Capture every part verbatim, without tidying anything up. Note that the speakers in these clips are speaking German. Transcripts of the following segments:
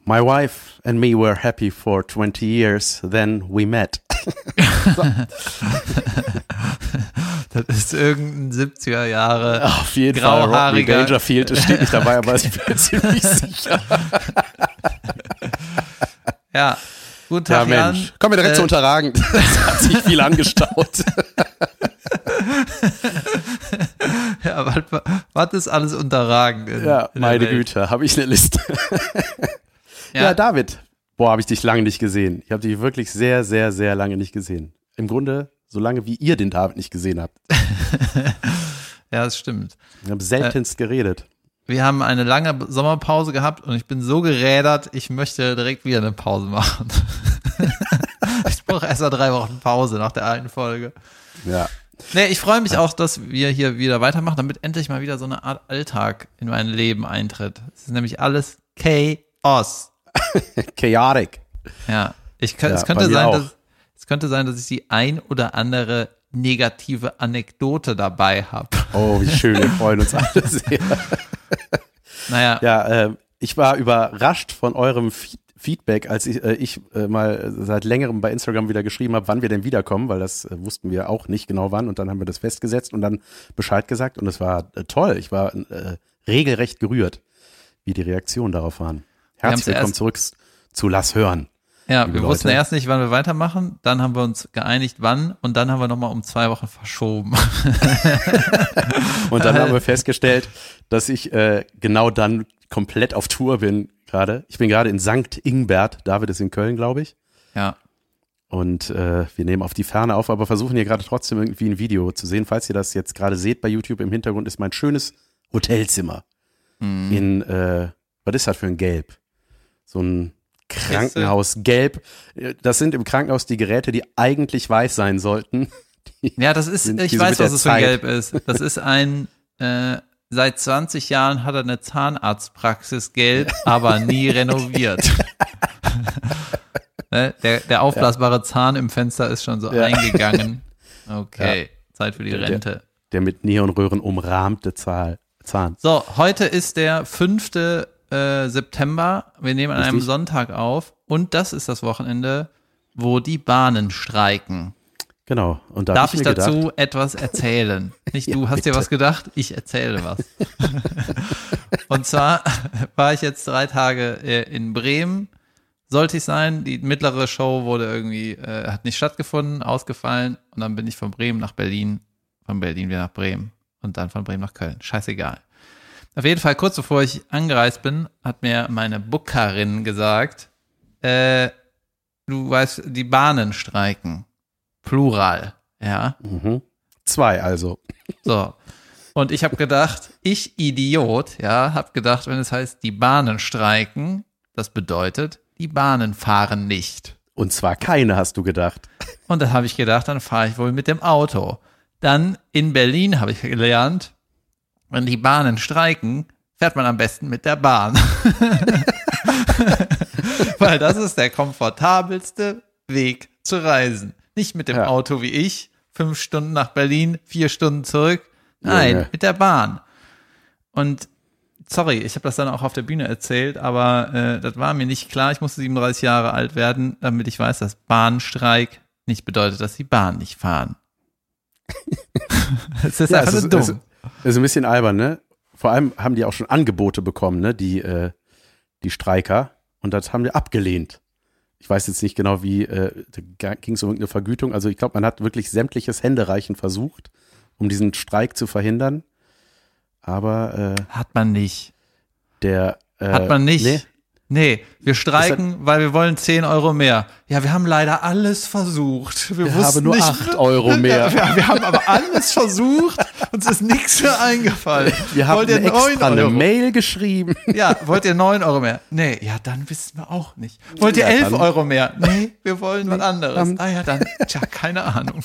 My wife and me were happy for twenty years, then we met. Das ist irgendein siebziger Jahre auf jeden Fall Rodney grauhaariger Dangerfield, das steht nicht dabei, aber ich bin ziemlich sicher. Ja, guten Tag, ja, Mensch. Jan. Kommen wir direkt Äh, zu Unterragend. Das hat sich viel angestaut. Ja, was, was ist alles unterragend? In, Ja, in meine der Welt? Güte, habe ich eine Liste. Ja, Ja. David. Boah, habe ich dich lange nicht gesehen. Ich habe dich wirklich sehr, sehr, sehr lange nicht gesehen. Im Grunde so lange, wie ihr den David nicht gesehen habt. Ja, das stimmt. Wir haben seltenst äh, geredet. Wir haben eine lange Sommerpause gehabt und ich bin so gerädert, ich möchte direkt wieder eine Pause machen. Ich brauche erst mal drei Wochen Pause nach der alten Folge. Ja. Nee, ich freue mich auch, dass wir hier wieder weitermachen, damit endlich mal wieder so eine Art Alltag in mein Leben eintritt. Es ist nämlich alles Chaos. Chaotic. Ja, ich, ja, es, könnte sein, dass, es könnte sein, dass ich die ein oder andere negative Anekdote dabei habe. Oh, wie schön, wir freuen uns alle sehr. Naja. Ja, äh, ich war überrascht von eurem Feed- Feedback, als ich, äh, ich äh, mal seit längerem bei Instagram wieder geschrieben habe, wann wir denn wiederkommen, weil das äh, wussten wir auch nicht genau wann und dann haben wir das festgesetzt und dann Bescheid gesagt und es war äh, toll. Ich war äh, regelrecht gerührt, wie die Reaktionen darauf waren. Herzlich willkommen zurück zu Lass hören. Ja, wir Leute. wussten erst nicht, wann wir weitermachen, dann haben wir uns geeinigt, wann und dann haben wir nochmal um zwei Wochen verschoben. Und dann haben wir festgestellt, dass ich äh, genau dann komplett auf Tour bin gerade. Ich bin gerade in Sankt Ingbert, David ist in Köln, glaube ich. Ja. Und äh, wir nehmen auf die Ferne auf, aber versuchen hier gerade trotzdem irgendwie ein Video zu sehen. Falls ihr das jetzt gerade seht bei YouTube, im Hintergrund ist mein schönes Hotelzimmer. Mhm. In, äh, was ist das für ein Gelb? So ein Krankenhausgelb. Das sind im Krankenhaus die Geräte, die eigentlich weiß sein sollten. Die ja, das ist, sind, ich weiß, was es für ein Gelb ist. Das ist ein, äh, seit zwanzig Jahren hat er eine Zahnarztpraxis Gelb, aber nie renoviert. Ne? Der, der aufblasbare ja. Zahn im Fenster ist schon so ja. eingegangen. Okay, ja. Zeit für die Rente. Der, der mit Neonröhren umrahmte Zahl, Zahn. So, heute ist der fünfte September, wir nehmen an einem Sonntag auf und das ist das Wochenende, wo die Bahnen streiken. Genau. Und da Darf ich, ich dazu gedacht, etwas erzählen? Nicht du ja, hast bitte. dir was gedacht, ich erzähle was. Und zwar war ich jetzt drei Tage in Bremen, sollte ich sein, die mittlere Show wurde irgendwie, äh, hat nicht stattgefunden, ausgefallen und dann bin ich von Bremen nach Berlin, von Berlin wieder nach Bremen und dann von Bremen nach Köln. Scheißegal. Auf jeden Fall, kurz bevor ich angereist bin, hat mir meine Bookerin gesagt, äh, du weißt, die Bahnen streiken. Plural, ja. Mhm. Zwei also. So. Und ich habe gedacht, ich Idiot, ja, habe gedacht, wenn es heißt, die Bahnen streiken, das bedeutet, die Bahnen fahren nicht. Und zwar keine, hast du gedacht. Und dann habe ich gedacht, dann fahre ich wohl mit dem Auto. Dann in Berlin habe ich gelernt, wenn die Bahnen streiken, fährt man am besten mit der Bahn. Weil das ist der komfortabelste Weg zu reisen. Nicht mit dem ja. Auto wie ich, fünf Stunden nach Berlin, vier Stunden zurück. Nein, ja. mit der Bahn. Und sorry, ich habe das dann auch auf der Bühne erzählt, aber äh, das war mir nicht klar. Ich musste siebenunddreißig Jahre alt werden, damit ich weiß, dass Bahnstreik nicht bedeutet, dass die Bahn nicht fahren. Es ist ja, einfach es ist, dumm. Es, Das ist ein bisschen albern, ne? Vor allem haben die auch schon Angebote bekommen, ne? Die, äh, die Streiker. Und das haben die abgelehnt. Ich weiß jetzt nicht genau, wie, äh, da ging es um irgendeine Vergütung. Also ich glaube, man hat wirklich sämtliches Händereichen versucht, um diesen Streik zu verhindern. Aber äh, hat man nicht. Der äh, Hat man nicht. Nee. Nee, wir streiken, hat, weil wir wollen zehn Euro mehr. Ja, wir haben leider alles versucht. Wir, wir wussten haben nur nicht, acht Euro mehr. Wir, wir haben aber alles versucht. Uns ist nichts mehr eingefallen. Wir haben eine extra eine Mail geschrieben. Ja, wollt ihr neun Euro mehr? Nee, ja, dann wissen wir auch nicht. Wollt ihr ja, elf Euro mehr? Nee, wir wollen nee, was anderes. Dann, ah ja, dann, tja, keine Ahnung.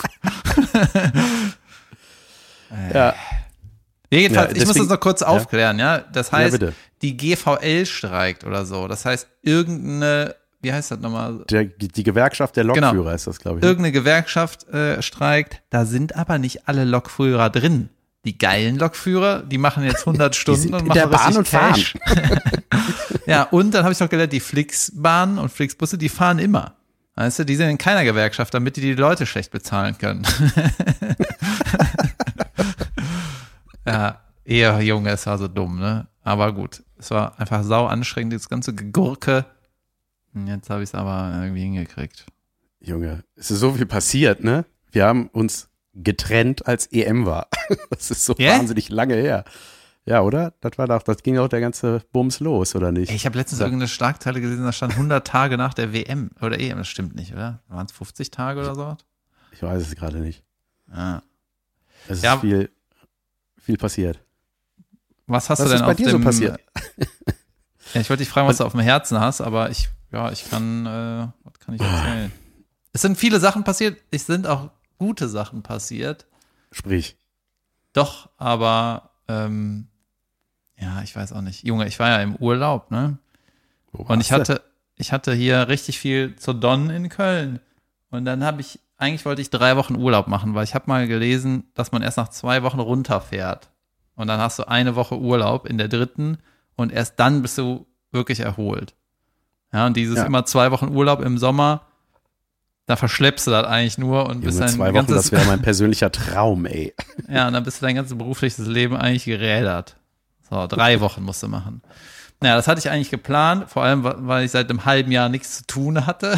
Ja. Jedenfalls, ja, deswegen, ich muss das noch kurz aufklären, ja. ja? Das heißt, ja, die G V L streikt oder so. Das heißt, irgendeine, wie heißt das nochmal? Der, die Gewerkschaft der Lokführer genau. ist das, glaube ich. Irgendeine Gewerkschaft äh, streikt. Da sind aber nicht alle Lokführer drin. Die geilen Lokführer, die machen jetzt hundert Stunden und machen in der Bahn und Cash. Ja, und dann habe ich noch gelernt, die Flixbahnen und Flixbusse, die fahren immer. Weißt du, die sind in keiner Gewerkschaft, damit die die Leute schlecht bezahlen können. Ja, eher Junge, es war so dumm, ne? Aber gut, es war einfach sau anstrengend, das ganze Gegurke. Und jetzt habe ich es aber irgendwie hingekriegt. Junge, es ist so viel passiert, ne? Wir haben uns getrennt, als E M war. Das ist so Yeah? wahnsinnig lange her. Ja, oder? Das war doch, das ging auch der ganze Bums los, oder nicht? Ey, ich habe letztens Ja. irgendeine Schlagzeile gelesen, da stand hundert Tage nach der W M oder E M, das stimmt nicht, oder? Waren es fünfzig Tage oder so? Ich weiß es gerade nicht. Ja. Es ist Ja. viel, viel passiert. Was hast Was du denn ist bei auf dir so dem, passiert? Ja, ich wollte dich fragen, was du auf dem Herzen hast, aber ich, ja, ich kann, äh, was kann ich erzählen? Es sind viele Sachen passiert, es sind auch gute Sachen passiert. Sprich. Doch, aber, ähm, ja, ich weiß auch nicht. Junge, ich war ja im Urlaub, ne? Wo Und ich warst du? hatte, ich hatte hier richtig viel zur Don in Köln. Und dann habe ich, eigentlich wollte ich drei Wochen Urlaub machen, weil ich habe mal gelesen, dass man erst nach zwei Wochen runterfährt. Und dann hast du eine Woche Urlaub in der dritten und erst dann bist du wirklich erholt. Ja, und dieses Ja. immer zwei Wochen Urlaub im Sommer, da verschleppst du das eigentlich nur und bist Junge, dein zwei Wochen, ganzes, das wäre mein persönlicher Traum, ey. ja, und dann bist du dein ganzes berufliches Leben eigentlich gerädert. So, drei Wochen musst du machen. Ja, das hatte ich eigentlich geplant, vor allem, weil ich seit einem halben Jahr nichts zu tun hatte.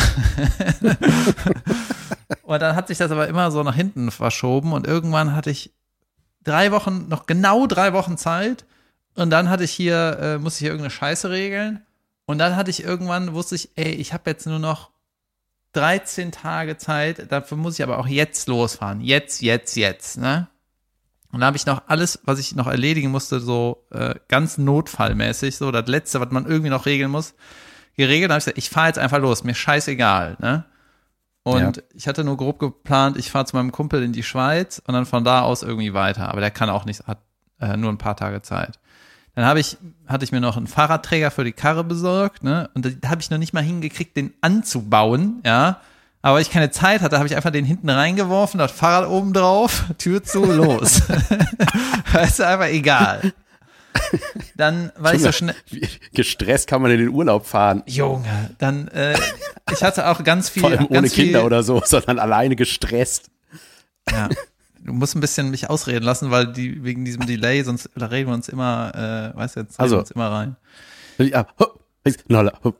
Und dann hat sich das aber immer so nach hinten verschoben und irgendwann hatte ich drei Wochen, noch genau drei Wochen Zeit und dann hatte ich hier, äh, musste ich hier irgendeine Scheiße regeln und dann hatte ich irgendwann, wusste ich, ey, ich habe jetzt nur noch dreizehn Tage Zeit, dafür muss ich aber auch jetzt losfahren. Jetzt, jetzt, jetzt, ne? Und da habe ich noch alles, was ich noch erledigen musste, so äh, ganz notfallmäßig, so das Letzte, was man irgendwie noch regeln muss, geregelt. Da habe ich gesagt, ich fahre jetzt einfach los, mir scheißegal, ne? Und Ja. ich hatte nur grob geplant, ich fahre zu meinem Kumpel in die Schweiz und dann von da aus irgendwie weiter. Aber der kann auch nicht, hat äh, nur ein paar Tage Zeit. Dann habe ich, hatte ich mir noch einen Fahrradträger für die Karre besorgt, ne? Und da habe ich noch nicht mal hingekriegt, den anzubauen, ja. Aber weil ich keine Zeit hatte, habe ich einfach den hinten reingeworfen, das Fahrrad oben drauf, Tür zu, los. Weißt du, einfach egal. Dann war ich so schnell. Wie gestresst kann man in den Urlaub fahren. Junge, dann, äh, ich hatte auch ganz viel. Vor allem ohne ganz Kinder viel, oder so, sondern alleine gestresst. Ja. Du musst ein bisschen mich ausreden lassen, weil die wegen diesem Delay, sonst da reden wir uns immer, äh, weißt du, jetzt reden Also. wir uns immer rein. Ja, hopp, nolla, hopp.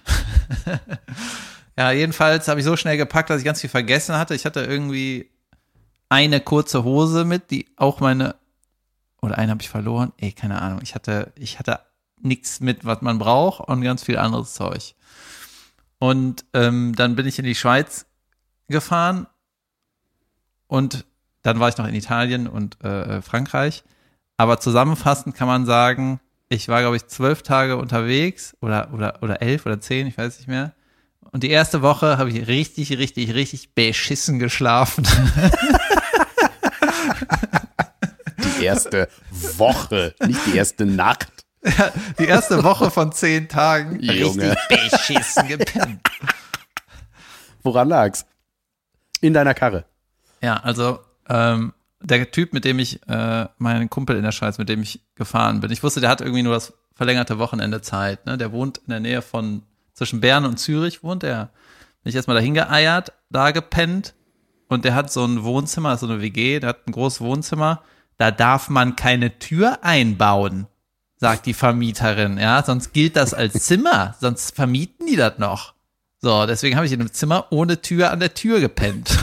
Ja, jedenfalls habe ich so schnell gepackt, dass ich ganz viel vergessen hatte. Ich hatte irgendwie eine kurze Hose mit, die auch meine, oder eine habe ich verloren. Ey, keine Ahnung. Ich hatte, ich hatte nichts mit, was man braucht und ganz viel anderes Zeug. Und ähm, dann bin ich in die Schweiz gefahren und dann war ich noch in Italien und äh, Frankreich. Aber zusammenfassend kann man sagen, ich war, glaube ich, zwölf Tage unterwegs oder, oder, oder elf oder zehn, ich weiß nicht mehr. Und die erste Woche habe ich richtig, richtig, richtig beschissen geschlafen. Die erste Woche, nicht die erste Nacht. Ja, die erste Woche von zehn Tagen Junge. richtig beschissen gepennt. Woran lag's? In deiner Karre. Ja, also ähm, der Typ, mit dem ich, äh, meinen Kumpel in der Schweiz, mit dem ich gefahren bin, ich wusste, der hat irgendwie nur das verlängerte Wochenende Zeit. Ne? Der wohnt in der Nähe von, zwischen Bern und Zürich wohnt er. Bin ich erstmal dahin geeiert, da gepennt und der hat so ein Wohnzimmer, so eine W G, der hat ein großes Wohnzimmer, da darf man keine Tür einbauen, sagt die Vermieterin, ja, sonst gilt das als Zimmer, sonst vermieten die das noch. So, deswegen habe ich in einem Zimmer ohne Tür an der Tür gepennt.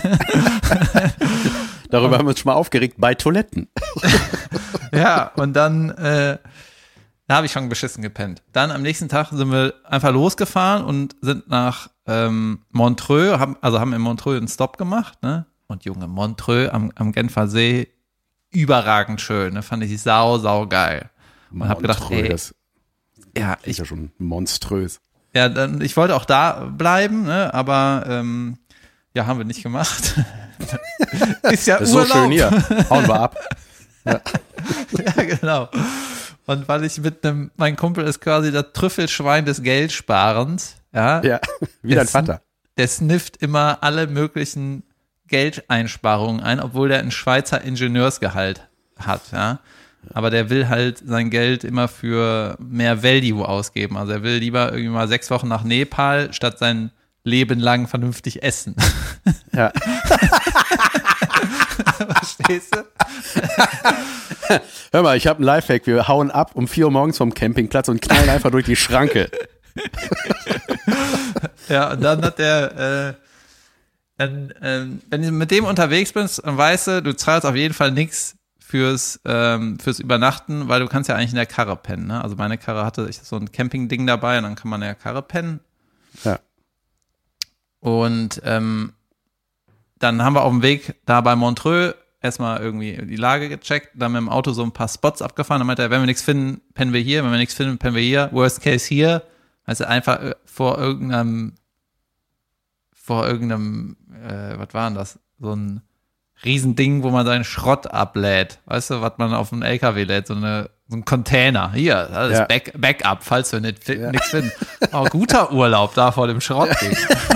Darüber haben wir uns schon mal aufgeregt bei Toiletten. Ja, und dann äh, da habe ich schon beschissen gepennt. Dann am nächsten Tag sind wir einfach losgefahren und sind nach ähm, Montreux, haben, also haben in Montreux einen Stopp gemacht, ne? Und Junge, Montreux am, am Genfer See, überragend schön, ne? Fand ich sau, sau geil. Und habe gedacht, ey, das ja, ist ich, ja schon monströs. ja, dann, ich wollte auch da bleiben, ne? Aber ähm, ja, haben wir nicht gemacht. Ist ja Das ist Urlaub. so schön hier. Hauen wir ab. Ja, genau. Und weil ich mit einem, mein Kumpel ist quasi das Trüffelschwein des Geldsparens, ja. Ja, wie dein Vater. Der snifft immer alle möglichen Geldeinsparungen ein, obwohl der ein Schweizer Ingenieursgehalt hat, ja. Aber der will halt sein Geld immer für mehr Value ausgeben. Also er will lieber irgendwie mal sechs Wochen nach Nepal, statt sein Leben lang vernünftig essen. Ja. Verstehst du? Hör mal, ich habe einen Lifehack. Wir hauen ab um vier Uhr morgens vom Campingplatz und knallen einfach durch die Schranke. Ja, und dann hat der, äh, dann, ähm, wenn du mit dem unterwegs bist, dann weißt du, du zahlst auf jeden Fall nichts fürs, ähm, fürs Übernachten, weil du kannst ja eigentlich in der Karre pennen. Ne? Also meine Karre hatte ich so ein Camping-Ding dabei und dann kann man in der Karre pennen. Ja. Und ähm, dann haben wir auf dem Weg da bei Montreux erstmal irgendwie die Lage gecheckt, dann mit dem Auto so ein paar Spots abgefahren. Dann meinte er, wenn wir nichts finden, pennen wir hier. Wenn wir nichts finden, pennen wir hier. Worst case hier. Also einfach vor irgendeinem, vor irgendeinem, äh, was war denn das? So ein Riesending, wo man seinen Schrott ablädt. Weißt du, was man auf einen L K W lädt? So, eine, so ein Container. Hier, das ist Ja. Back, Backup, falls wir nicht, Ja. nichts finden. Oh, guter Urlaub da vor dem Schrottding.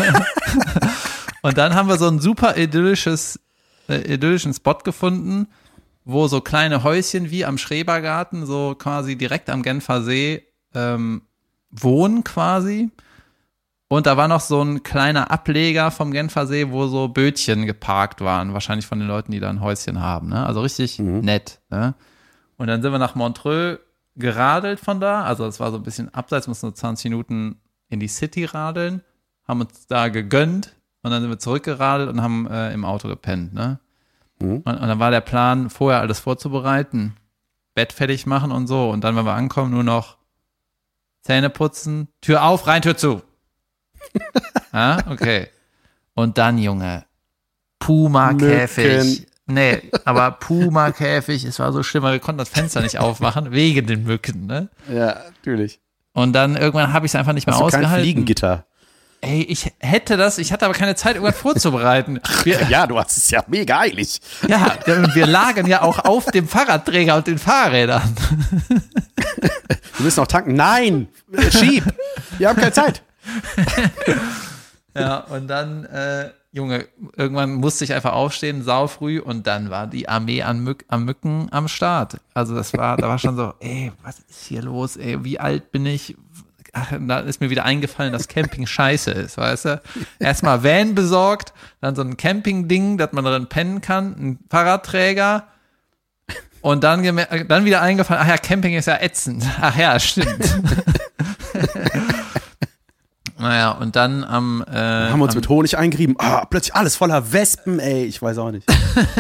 Und dann haben wir so ein super idyllisches, äh, idyllischen Spot gefunden, wo so kleine Häuschen wie am Schrebergarten, so quasi direkt am Genfer See, ähm, wohnen quasi. Und da war noch so ein kleiner Ableger vom Genfer See, wo so Bötchen geparkt waren, wahrscheinlich von den Leuten, die da ein Häuschen haben. Ne? Also richtig Mhm. nett. Ne? Und dann sind wir nach Montreux geradelt von da. Also es war so ein bisschen abseits, mussten so zwanzig Minuten in die City radeln, haben uns da gegönnt und dann sind wir zurückgeradelt und haben äh, im Auto gepennt. Ne? Mhm. Und, und dann war der Plan, vorher alles vorzubereiten, Bett fertig machen und so. Und dann, wenn wir ankommen, nur noch Zähne putzen, Tür auf, rein, Tür zu. Ah, okay. Und dann, Junge, Puma-Käfig. Nee, aber Puma-Käfig, es war so schlimm, weil wir konnten das Fenster nicht aufmachen, wegen den Mücken, ne? Ja, natürlich. Und dann irgendwann habe ich es einfach nicht mehr Hast du kein ausgehalten. Fliegengitter? Ey, ich hätte das, ich hatte aber keine Zeit, irgendwas vorzubereiten. Wir, Ja, du hast es ja mega eilig. ja, und wir lagern ja auch auf dem Fahrradträger und den Fahrrädern. Du willst noch tanken? Nein! Schieb! Wir haben keine Zeit. Ja, und dann, äh, Junge, irgendwann musste ich einfach aufstehen, saufrüh, und dann war die Armee an, Mück, an Mücken am Start. Also das war, da war schon so, ey, was ist hier los, ey, wie alt bin ich? Ach, da ist mir wieder eingefallen, dass Camping scheiße ist, weißt du? Erstmal Van besorgt, dann so ein Camping-Ding, dass man drin pennen kann, ein Fahrradträger und dann, gemer- dann wieder eingefallen, ach ja, Camping ist ja ätzend. Ach ja, stimmt. Naja, und dann am äh, Haben wir uns am, mit Honig eingerieben. Ah, plötzlich alles voller Wespen, ey. Ich weiß auch nicht.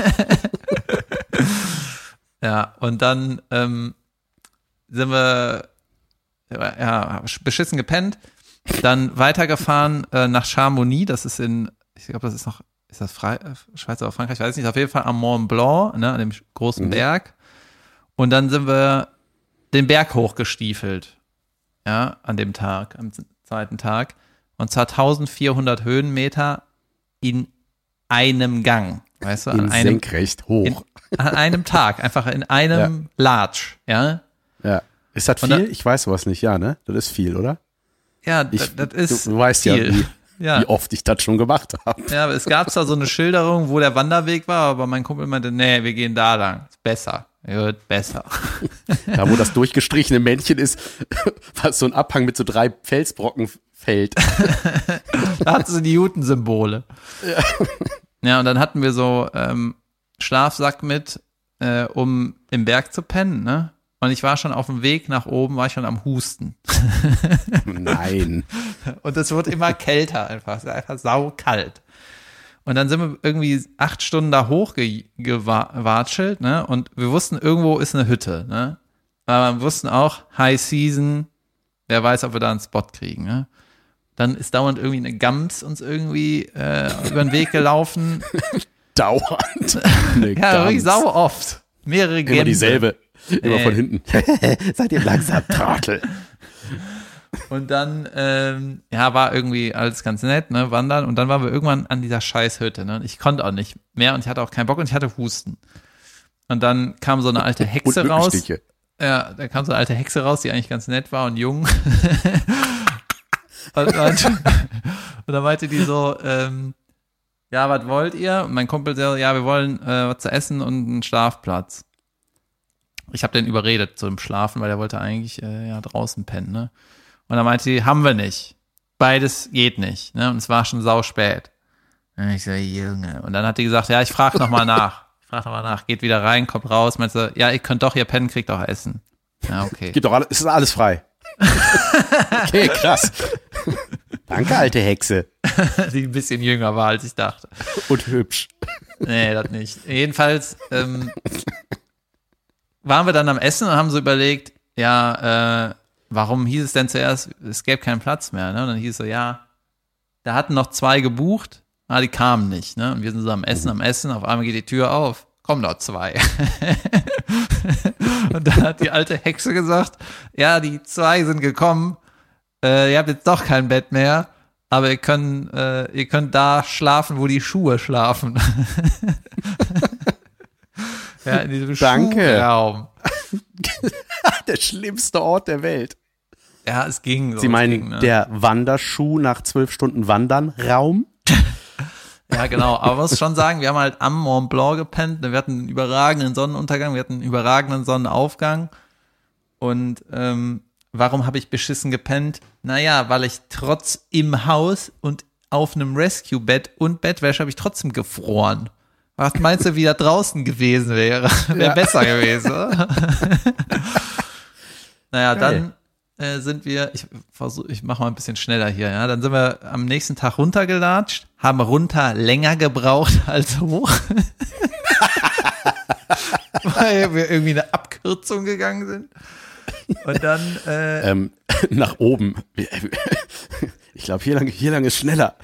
ja, und dann ähm, sind wir ja, beschissen gepennt, dann weitergefahren äh, nach Chamonix, das ist in, ich glaube, das ist noch, ist das Fre- Schweiz oder Frankreich, ich weiß nicht, auf jeden Fall am Mont Blanc, ne, an dem großen Mhm. Berg. Und dann sind wir den Berg hochgestiefelt, ja, an dem Tag, am zweiten Tag. Und zwar eintausendvierhundert Höhenmeter in einem Gang, weißt du, an In einem, senkrecht hoch. in, an einem Tag, einfach in einem Latsch, ja. Ja. Ist das Und viel? da- Ich weiß sowas nicht. Ja, ne? Das ist viel, oder? Ja, Ich, das, das ist du, du weißt viel. ja, wie, Ja. wie oft ich das schon gemacht habe. Ja, aber es gab zwar so eine Schilderung, wo der Wanderweg war, aber mein Kumpel meinte, nee, wir gehen da lang. Ist besser. Gut, besser. Da, wo das durchgestrichene Männchen ist, was so ein Abhang mit so drei Felsbrocken fällt. Da hatten sie die Newton-Symbole. Ja. Ja, und dann hatten wir so ähm, Schlafsack mit, äh, um im Berg zu pennen, ne? Und ich war schon auf dem Weg nach oben, war ich schon am Husten. Nein. Und es wird immer kälter einfach. Es ist einfach saukalt. Und dann sind wir irgendwie acht Stunden da hochgewatschelt, ne? Und wir wussten, irgendwo ist eine Hütte, ne? Aber wir wussten auch, High Season, wer weiß, ob wir da einen Spot kriegen, ne? Dann ist dauernd irgendwie eine Gams uns irgendwie äh, über den Weg gelaufen. Dauernd. Eine Ja, wirklich Gans. sau oft. Mehrere Gänse. Immer dieselbe. Immer Ey. von hinten. Seid ihr langsam, Trottel. Und dann, ähm, ja, war irgendwie alles ganz nett, ne, wandern. Und dann waren wir irgendwann an dieser Scheißhütte, ne. Und ich konnte auch nicht mehr und ich hatte auch keinen Bock und ich hatte Husten. Und dann kam so eine alte Hexe Und raus. Mückenstiche. Ja, da kam so eine alte Hexe raus, die eigentlich ganz nett war und jung. und, meinte, und dann meinte die so, ähm, ja, was wollt ihr? Und mein Kumpel so, ja, wir wollen äh, was zu essen und einen Schlafplatz. Ich habe den überredet zum Schlafen, weil er wollte eigentlich äh, ja draußen pennen, ne? Und dann meinte sie, haben wir nicht. Beides geht nicht, ne? Und es war schon sauspät. Und ich so, Junge. Und dann hat die gesagt, ja, ich frage nochmal nach. Ich frage nochmal nach. Geht wieder rein, kommt raus. Meinte sie, ja, ihr könnt doch hier pennen, kriegt auch Essen. Ja, okay. Gibt doch alles, es ist alles frei. Okay, krass. Danke, alte Hexe. Die ein bisschen jünger war, als ich dachte. Und hübsch. Nee, das nicht. Jedenfalls ähm, waren wir dann am Essen und haben so überlegt, ja, äh, warum hieß es denn zuerst, es gäbe keinen Platz mehr, ne? Und dann hieß es so, ja, da hatten noch zwei gebucht, aber die kamen nicht, ne? Und wir sind so am Essen, am Essen, auf einmal geht die Tür auf, kommen noch zwei. Und dann hat die alte Hexe gesagt, ja, die zwei sind gekommen, äh, ihr habt jetzt doch kein Bett mehr, aber ihr könnt, äh, ihr könnt da schlafen, wo die Schuhe schlafen. Ja, in diesem Danke. Schuhraum. Der schlimmste Ort der Welt. Ja, es ging. So, Sie meinen, ging, ne? der Wanderschuh nach zwölf Stunden Wandern Raum? Ja, genau. Aber man muss schon sagen, wir haben halt am Mont Blanc gepennt. Wir hatten einen überragenden Sonnenuntergang, wir hatten einen überragenden Sonnenaufgang. Und ähm, warum habe ich beschissen gepennt? Naja, weil ich trotz im Haus und auf einem Rescue-Bett und Bettwäsche habe ich trotzdem gefroren. Was meinst du, wie da draußen gewesen wäre? Wäre Ja. besser gewesen, oder? Naja, Geil. dann äh, sind wir, ich versuche, ich mache mal ein bisschen schneller hier, ja. Dann sind wir am nächsten Tag runtergelatscht, haben runter länger gebraucht als hoch. Weil wir irgendwie eine Abkürzung gegangen sind. Und dann, äh, Ähm, nach oben. Ich glaube, hier lang, hier lang ist schneller.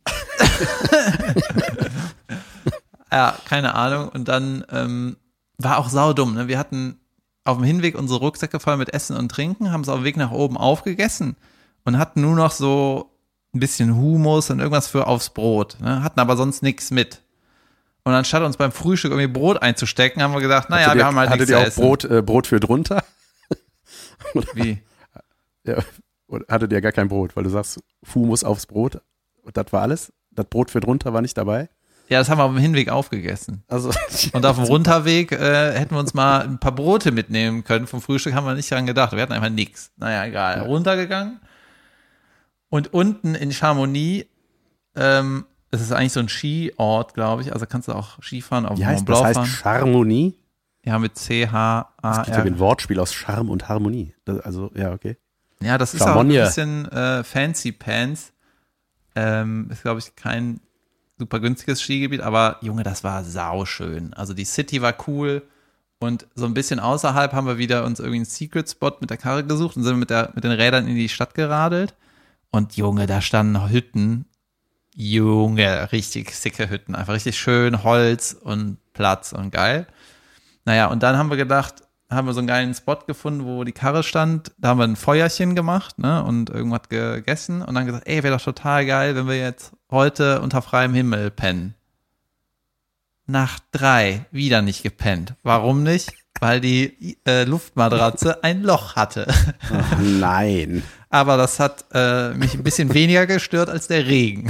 ja, keine Ahnung. Und dann ähm, war auch saudumm, ne? Wir hatten auf dem Hinweg unsere Rucksäcke voll mit Essen und Trinken, haben es auf dem Weg nach oben aufgegessen und hatten nur noch so ein bisschen Hummus und irgendwas für aufs Brot, ne? Hatten aber sonst nichts mit. Und anstatt uns beim Frühstück irgendwie Brot einzustecken, haben wir gedacht, naja, Hattet wir ihr- haben halt Hattet nichts ihr zu auch essen. Brot, äh, Brot für drunter? Wie? Ja, oder hattet ihr gar kein Brot, weil du sagst, Fumus aufs Brot und das war alles? Das Brot für drunter war nicht dabei? Ja, das haben wir auf dem Hinweg aufgegessen. Also Und auf dem Runterweg äh, hätten wir uns mal ein paar Brote mitnehmen können. Vom Frühstück haben wir nicht dran gedacht. Wir hatten einfach nichts. Naja, egal. Ja. Runtergegangen. Und unten in Chamonix, ähm, es ist eigentlich so ein Skiort, glaube ich. Also kannst du auch Skifahren auf wie dem heißt Mont das? Blanc Heißt fahren. Charmonie? Ja, mit C H A Es gibt ja R. ein Wortspiel aus Charme und Harmonie. Das, also, ja, okay. Ja, das ist auch ein Chamonix. bisschen äh, Fancy Pants. Ähm, ist, glaube ich, kein super günstiges Skigebiet, aber Junge, das war sauschön. Also die City war cool und so ein bisschen außerhalb haben wir wieder uns irgendwie einen Secret Spot mit der Karre gesucht und sind mit, der, mit den Rädern in die Stadt geradelt. Und Junge, da standen Hütten. Junge, richtig sicke Hütten. Einfach richtig schön, Holz und Platz und geil. Naja, und dann haben wir gedacht, haben wir so einen geilen Spot gefunden, wo die Karre stand. Da haben wir ein Feuerchen gemacht, ne, und irgendwas gegessen und dann gesagt, ey, wäre doch total geil, wenn wir jetzt heute unter freiem Himmel pennen. Nacht drei wieder nicht gepennt. Warum nicht? Weil die äh, Luftmatratze ein Loch hatte. Ach, nein. Aber das hat äh, mich ein bisschen weniger gestört als der Regen.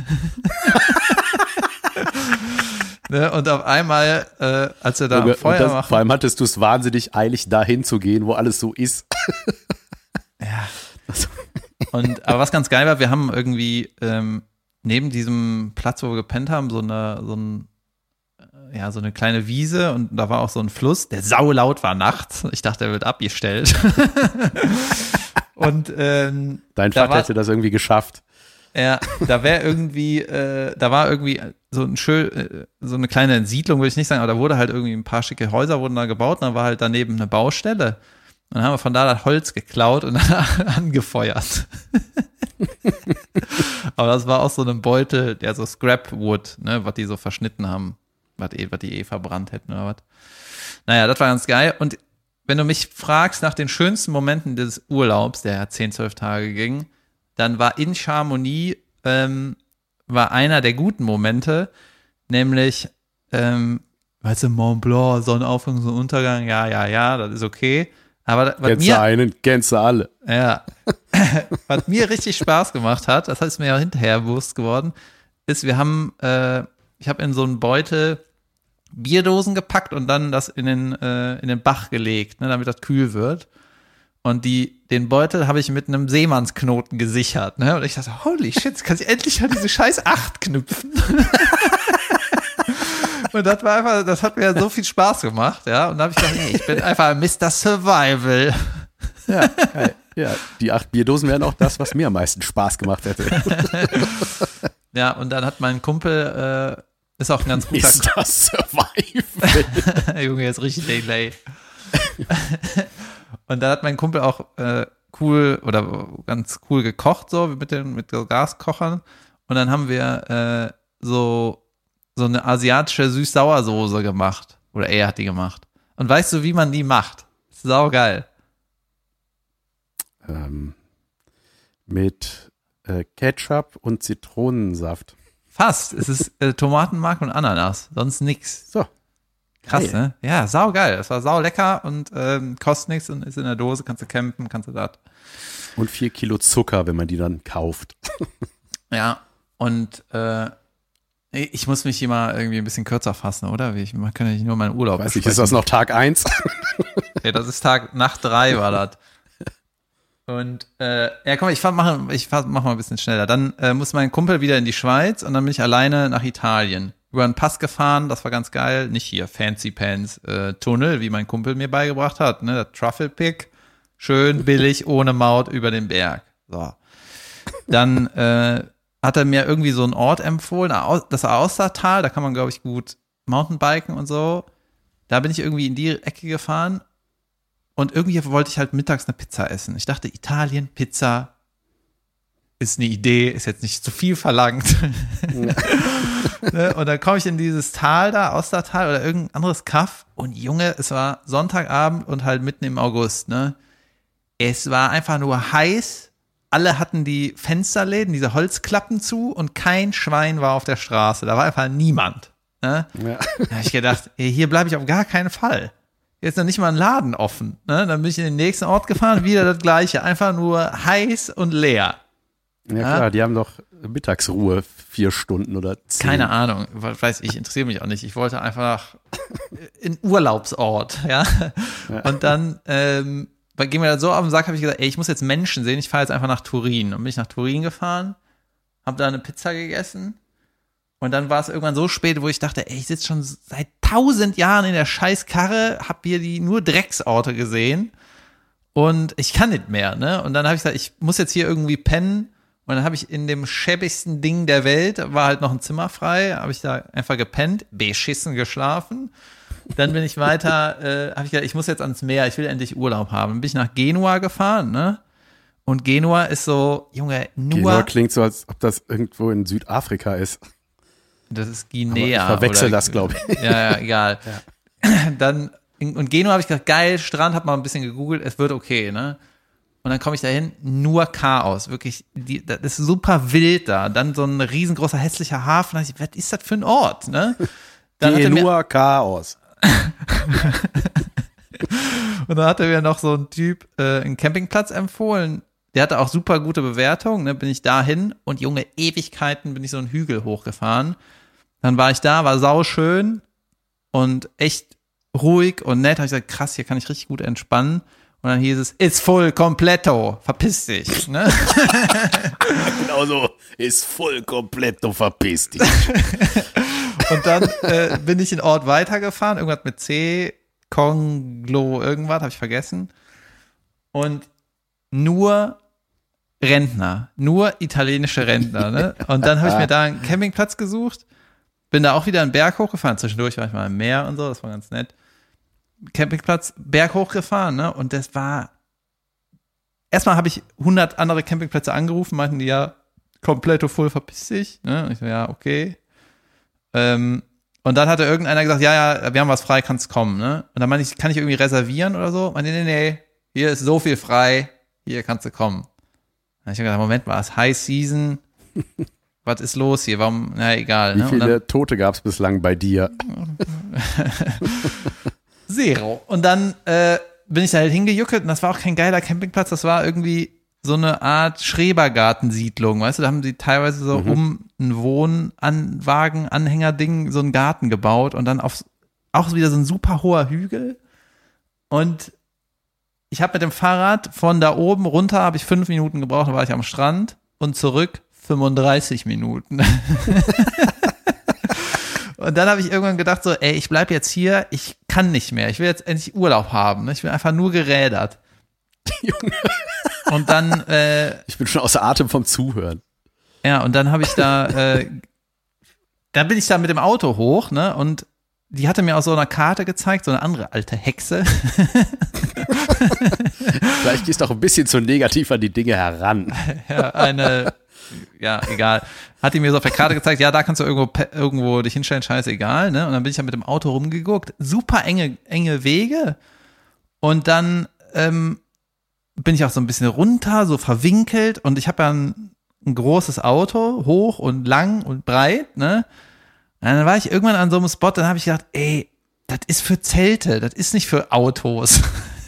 Ne, und auf einmal, äh, als wir da am Und Feuer das, machen. vor allem hattest du es wahnsinnig eilig, dahin zu gehen, wo alles so ist. Ja. Und, aber was ganz geil war, wir haben irgendwie ähm, neben diesem Platz, wo wir gepennt haben, so eine, so ein, ja, so eine kleine Wiese und da war auch so ein Fluss, der saulaut war nachts. Ich dachte, er wird abgestellt. Und ähm, Dein da Vater war- hätte das irgendwie geschafft. ja, da wäre irgendwie, äh, da war irgendwie so ein schön, äh, so eine kleine Siedlung, würde ich nicht sagen, aber da wurde halt irgendwie ein paar schicke Häuser wurden da gebaut und da war halt daneben eine Baustelle. Und dann haben wir von da das Holz geklaut und dann angefeuert. Aber das war aus so einem Beutel, der so Scrapwood, ne, was die so verschnitten haben, was, eh, was die eh verbrannt hätten oder was. Naja, das war ganz geil. Und wenn du mich fragst nach den schönsten Momenten des Urlaubs, der ja zehn, zwölf Tage ging, dann war in Chamonix, ähm, war einer der guten Momente, nämlich, ähm, weißt du, Mont Blanc, Sonnenaufgang, Sonnenuntergang, ja, ja, ja, das ist okay. Aber was Kennst du mir, einen, kennst du alle. ja, was mir richtig Spaß gemacht hat, das ist mir ja hinterher bewusst geworden, ist, wir haben, äh, ich habe in so einen Beutel Bierdosen gepackt und dann das in den, äh, in den Bach gelegt, ne, damit das kühl wird. Und die, den Beutel habe ich mit einem Seemannsknoten gesichert, ne? Und ich dachte, holy shit, jetzt kann ich endlich mal diese scheiß acht knüpfen. Und das war einfach, das hat mir so viel Spaß gemacht, ja. Und da habe ich gedacht, hey, ich bin einfach Mister Survival. Ja, geil. Ja, die acht Bierdosen wären auch das, was mir am meisten Spaß gemacht hätte. Ja, und dann hat mein Kumpel, äh, ist auch ein ganz guter Mister Survival. Junge, jetzt richtig Delay. Und dann hat mein Kumpel auch äh, cool oder ganz cool gekocht, so mit den mit so Gaskochern. Und dann haben wir äh, so so eine asiatische Süß-Sauer-Soße gemacht. Oder er hat die gemacht. Und weißt du, wie man die macht? Sau geil. Ähm, mit äh, Ketchup und Zitronensaft. Fast. Es ist äh, Tomatenmark und Ananas. Sonst nix. So. Krass, Geil. ne? Ja, sau geil. Das war sau lecker und ähm, kostet nichts und ist in der Dose. Kannst du campen, kannst du das. Und vier Kilo Zucker, wenn man die dann kauft. Ja, und äh, ich muss mich hier mal irgendwie ein bisschen kürzer fassen, oder? Ich, man kann ja nicht nur meinen Urlaub Weiß ich, ist das noch Tag eins? Ja, das ist Tag, Nacht drei war das. Und, äh, ja, komm, ich fahr, mach, ich fahr, mach mal ein bisschen schneller. Dann äh, muss mein Kumpel wieder in die Schweiz und dann bin ich alleine nach Italien. Über einen Pass gefahren, das war ganz geil. Nicht hier, Fancy Pants äh, Tunnel, wie mein Kumpel mir beigebracht hat, ne? Der Truffle Pick. Schön, billig, ohne Maut über den Berg. So. Dann, äh, hat er mir irgendwie so einen Ort empfohlen, das Austertal, da kann man, glaube ich, gut Mountainbiken und so. Da bin ich irgendwie in die Ecke gefahren und irgendwie wollte ich halt mittags eine Pizza essen. Ich dachte, Italien, Pizza ist eine Idee, ist jetzt nicht zu viel verlangt. Ja. Und dann komme ich in dieses Tal da, Austertal oder irgendein anderes Kaff und Junge, es war Sonntagabend und halt mitten im August, ne? Es war einfach nur heiß. Alle hatten die Fensterläden, diese Holzklappen zu und kein Schwein war auf der Straße. Da war einfach niemand. Ne? Ja. Da habe ich gedacht, ey, hier bleibe ich auf gar keinen Fall. Jetzt noch nicht mal ein Laden offen. Ne? Dann bin ich in den nächsten Ort gefahren, wieder das Gleiche. Einfach nur heiß und leer. Ja, ja klar, die haben doch Mittagsruhe, vier Stunden oder zehn. Keine Ahnung, weiß ich, interessiert mich auch nicht. Ich wollte einfach in Urlaubsort. Ja? Ja. Und dann ähm, ging mir das so auf den Sack, habe ich gesagt, ey, ich muss jetzt Menschen sehen, ich fahre jetzt einfach nach Turin. Und bin ich nach Turin gefahren, habe da eine Pizza gegessen und dann war es irgendwann so spät, wo ich dachte, ey, ich sitze schon seit tausend Jahren in der scheiß Karre, hab hier die nur Drecksorte gesehen und ich kann nicht mehr, ne? Und dann habe ich gesagt, ich muss jetzt hier irgendwie pennen und dann habe ich in dem schäbigsten Ding der Welt, war halt noch ein Zimmer frei, habe ich da einfach gepennt, beschissen geschlafen. Dann bin ich weiter, äh, habe ich gedacht, ich muss jetzt ans Meer, ich will endlich Urlaub haben. Dann bin ich nach Genua gefahren, ne? Und Genua ist so, Junge, nur. Genua klingt so, als ob das irgendwo in Südafrika ist. Das ist Guinea. Aber ich verwechsel oder, das, glaube ich. Ja, ja, egal. Ja. Dann, und Genua habe ich gedacht, geil, Strand, hab mal ein bisschen gegoogelt, es wird okay, ne? Und dann komme ich dahin, nur Chaos, wirklich, die, das ist super wild da. Dann so ein riesengroßer, hässlicher Hafen, da dachte ich, was ist das für ein Ort, ne? Dann Genua Chaos. Und dann hat er mir noch so ein Typ äh, einen Campingplatz empfohlen. Der hatte auch super gute Bewertungen. Ne? Bin ich dahin und Junge, Ewigkeiten bin ich so einen Hügel hochgefahren. Dann war ich da, war sauschön und echt ruhig und nett. Habe ich gesagt, krass, hier kann ich richtig gut entspannen. Und dann hieß es, it's full completo, verpiss dich. Ne? Genau so, ist full completo, verpiss dich. Und dann äh, bin ich einen Ort weitergefahren, irgendwas mit C, Konglo, irgendwas, habe ich vergessen. Und nur Rentner, nur italienische Rentner. Ne? Und dann habe ich mir da einen Campingplatz gesucht, bin da auch wieder einen Berg hochgefahren. Zwischendurch war ich mal im Meer und so, das war ganz nett. Campingplatz, Berg hochgefahren, ne? Und das war, erstmal habe ich hundert andere Campingplätze angerufen, meinten die ja, kompletto full, verpiss dich. Ne? Und ich so, ja, okay. Ähm, und dann hatte irgendeiner gesagt, ja, ja, wir haben was frei, kannst kommen, ne? Und dann meinte ich, kann ich irgendwie reservieren oder so? Meinte, nee, nee, hier ist so viel frei, hier kannst du kommen. Dann hab ich gedacht, Moment mal, es ist High Season, was ist los hier, warum, na egal. Wie ne? viele dann, Tote gab es bislang bei dir? Zero. Und dann äh, bin ich da halt hingejuckelt und das war auch kein geiler Campingplatz, das war irgendwie so eine Art Schrebergartensiedlung, weißt du, da haben die teilweise so mhm. um einen Wohnwagen, Anhängerding so einen Garten gebaut und dann auf auch wieder so ein super hoher Hügel. Und ich habe mit dem Fahrrad von da oben runter, habe ich fünf Minuten gebraucht, da war ich am Strand und zurück fünfunddreißig Minuten. Und dann habe ich irgendwann gedacht so, ey, ich bleib jetzt hier, ich kann nicht mehr, ich will jetzt endlich Urlaub haben, ne? Ich bin einfach nur gerädert. Junge. Und dann äh, ich bin schon außer Atem vom Zuhören. Ja, und dann habe ich da äh, dann bin ich da mit dem Auto hoch, ne? Und die hatte mir auf so einer Karte gezeigt, so eine andere alte Hexe. Vielleicht gehst du auch ein bisschen zu negativ an die Dinge heran. Ja, eine, ja, egal. Hat die mir so auf der Karte gezeigt, ja, da kannst du irgendwo, irgendwo dich hinstellen, scheißegal, ne? Und dann bin ich ja mit dem Auto rumgeguckt. Super enge, enge Wege. Und dann ähm, bin ich auch so ein bisschen runter, so verwinkelt. Und ich habe ja ein, ein großes Auto, hoch und lang und breit, ne? Und dann war ich irgendwann an so einem Spot, dann habe ich gedacht, ey, das ist für Zelte, das ist nicht für Autos.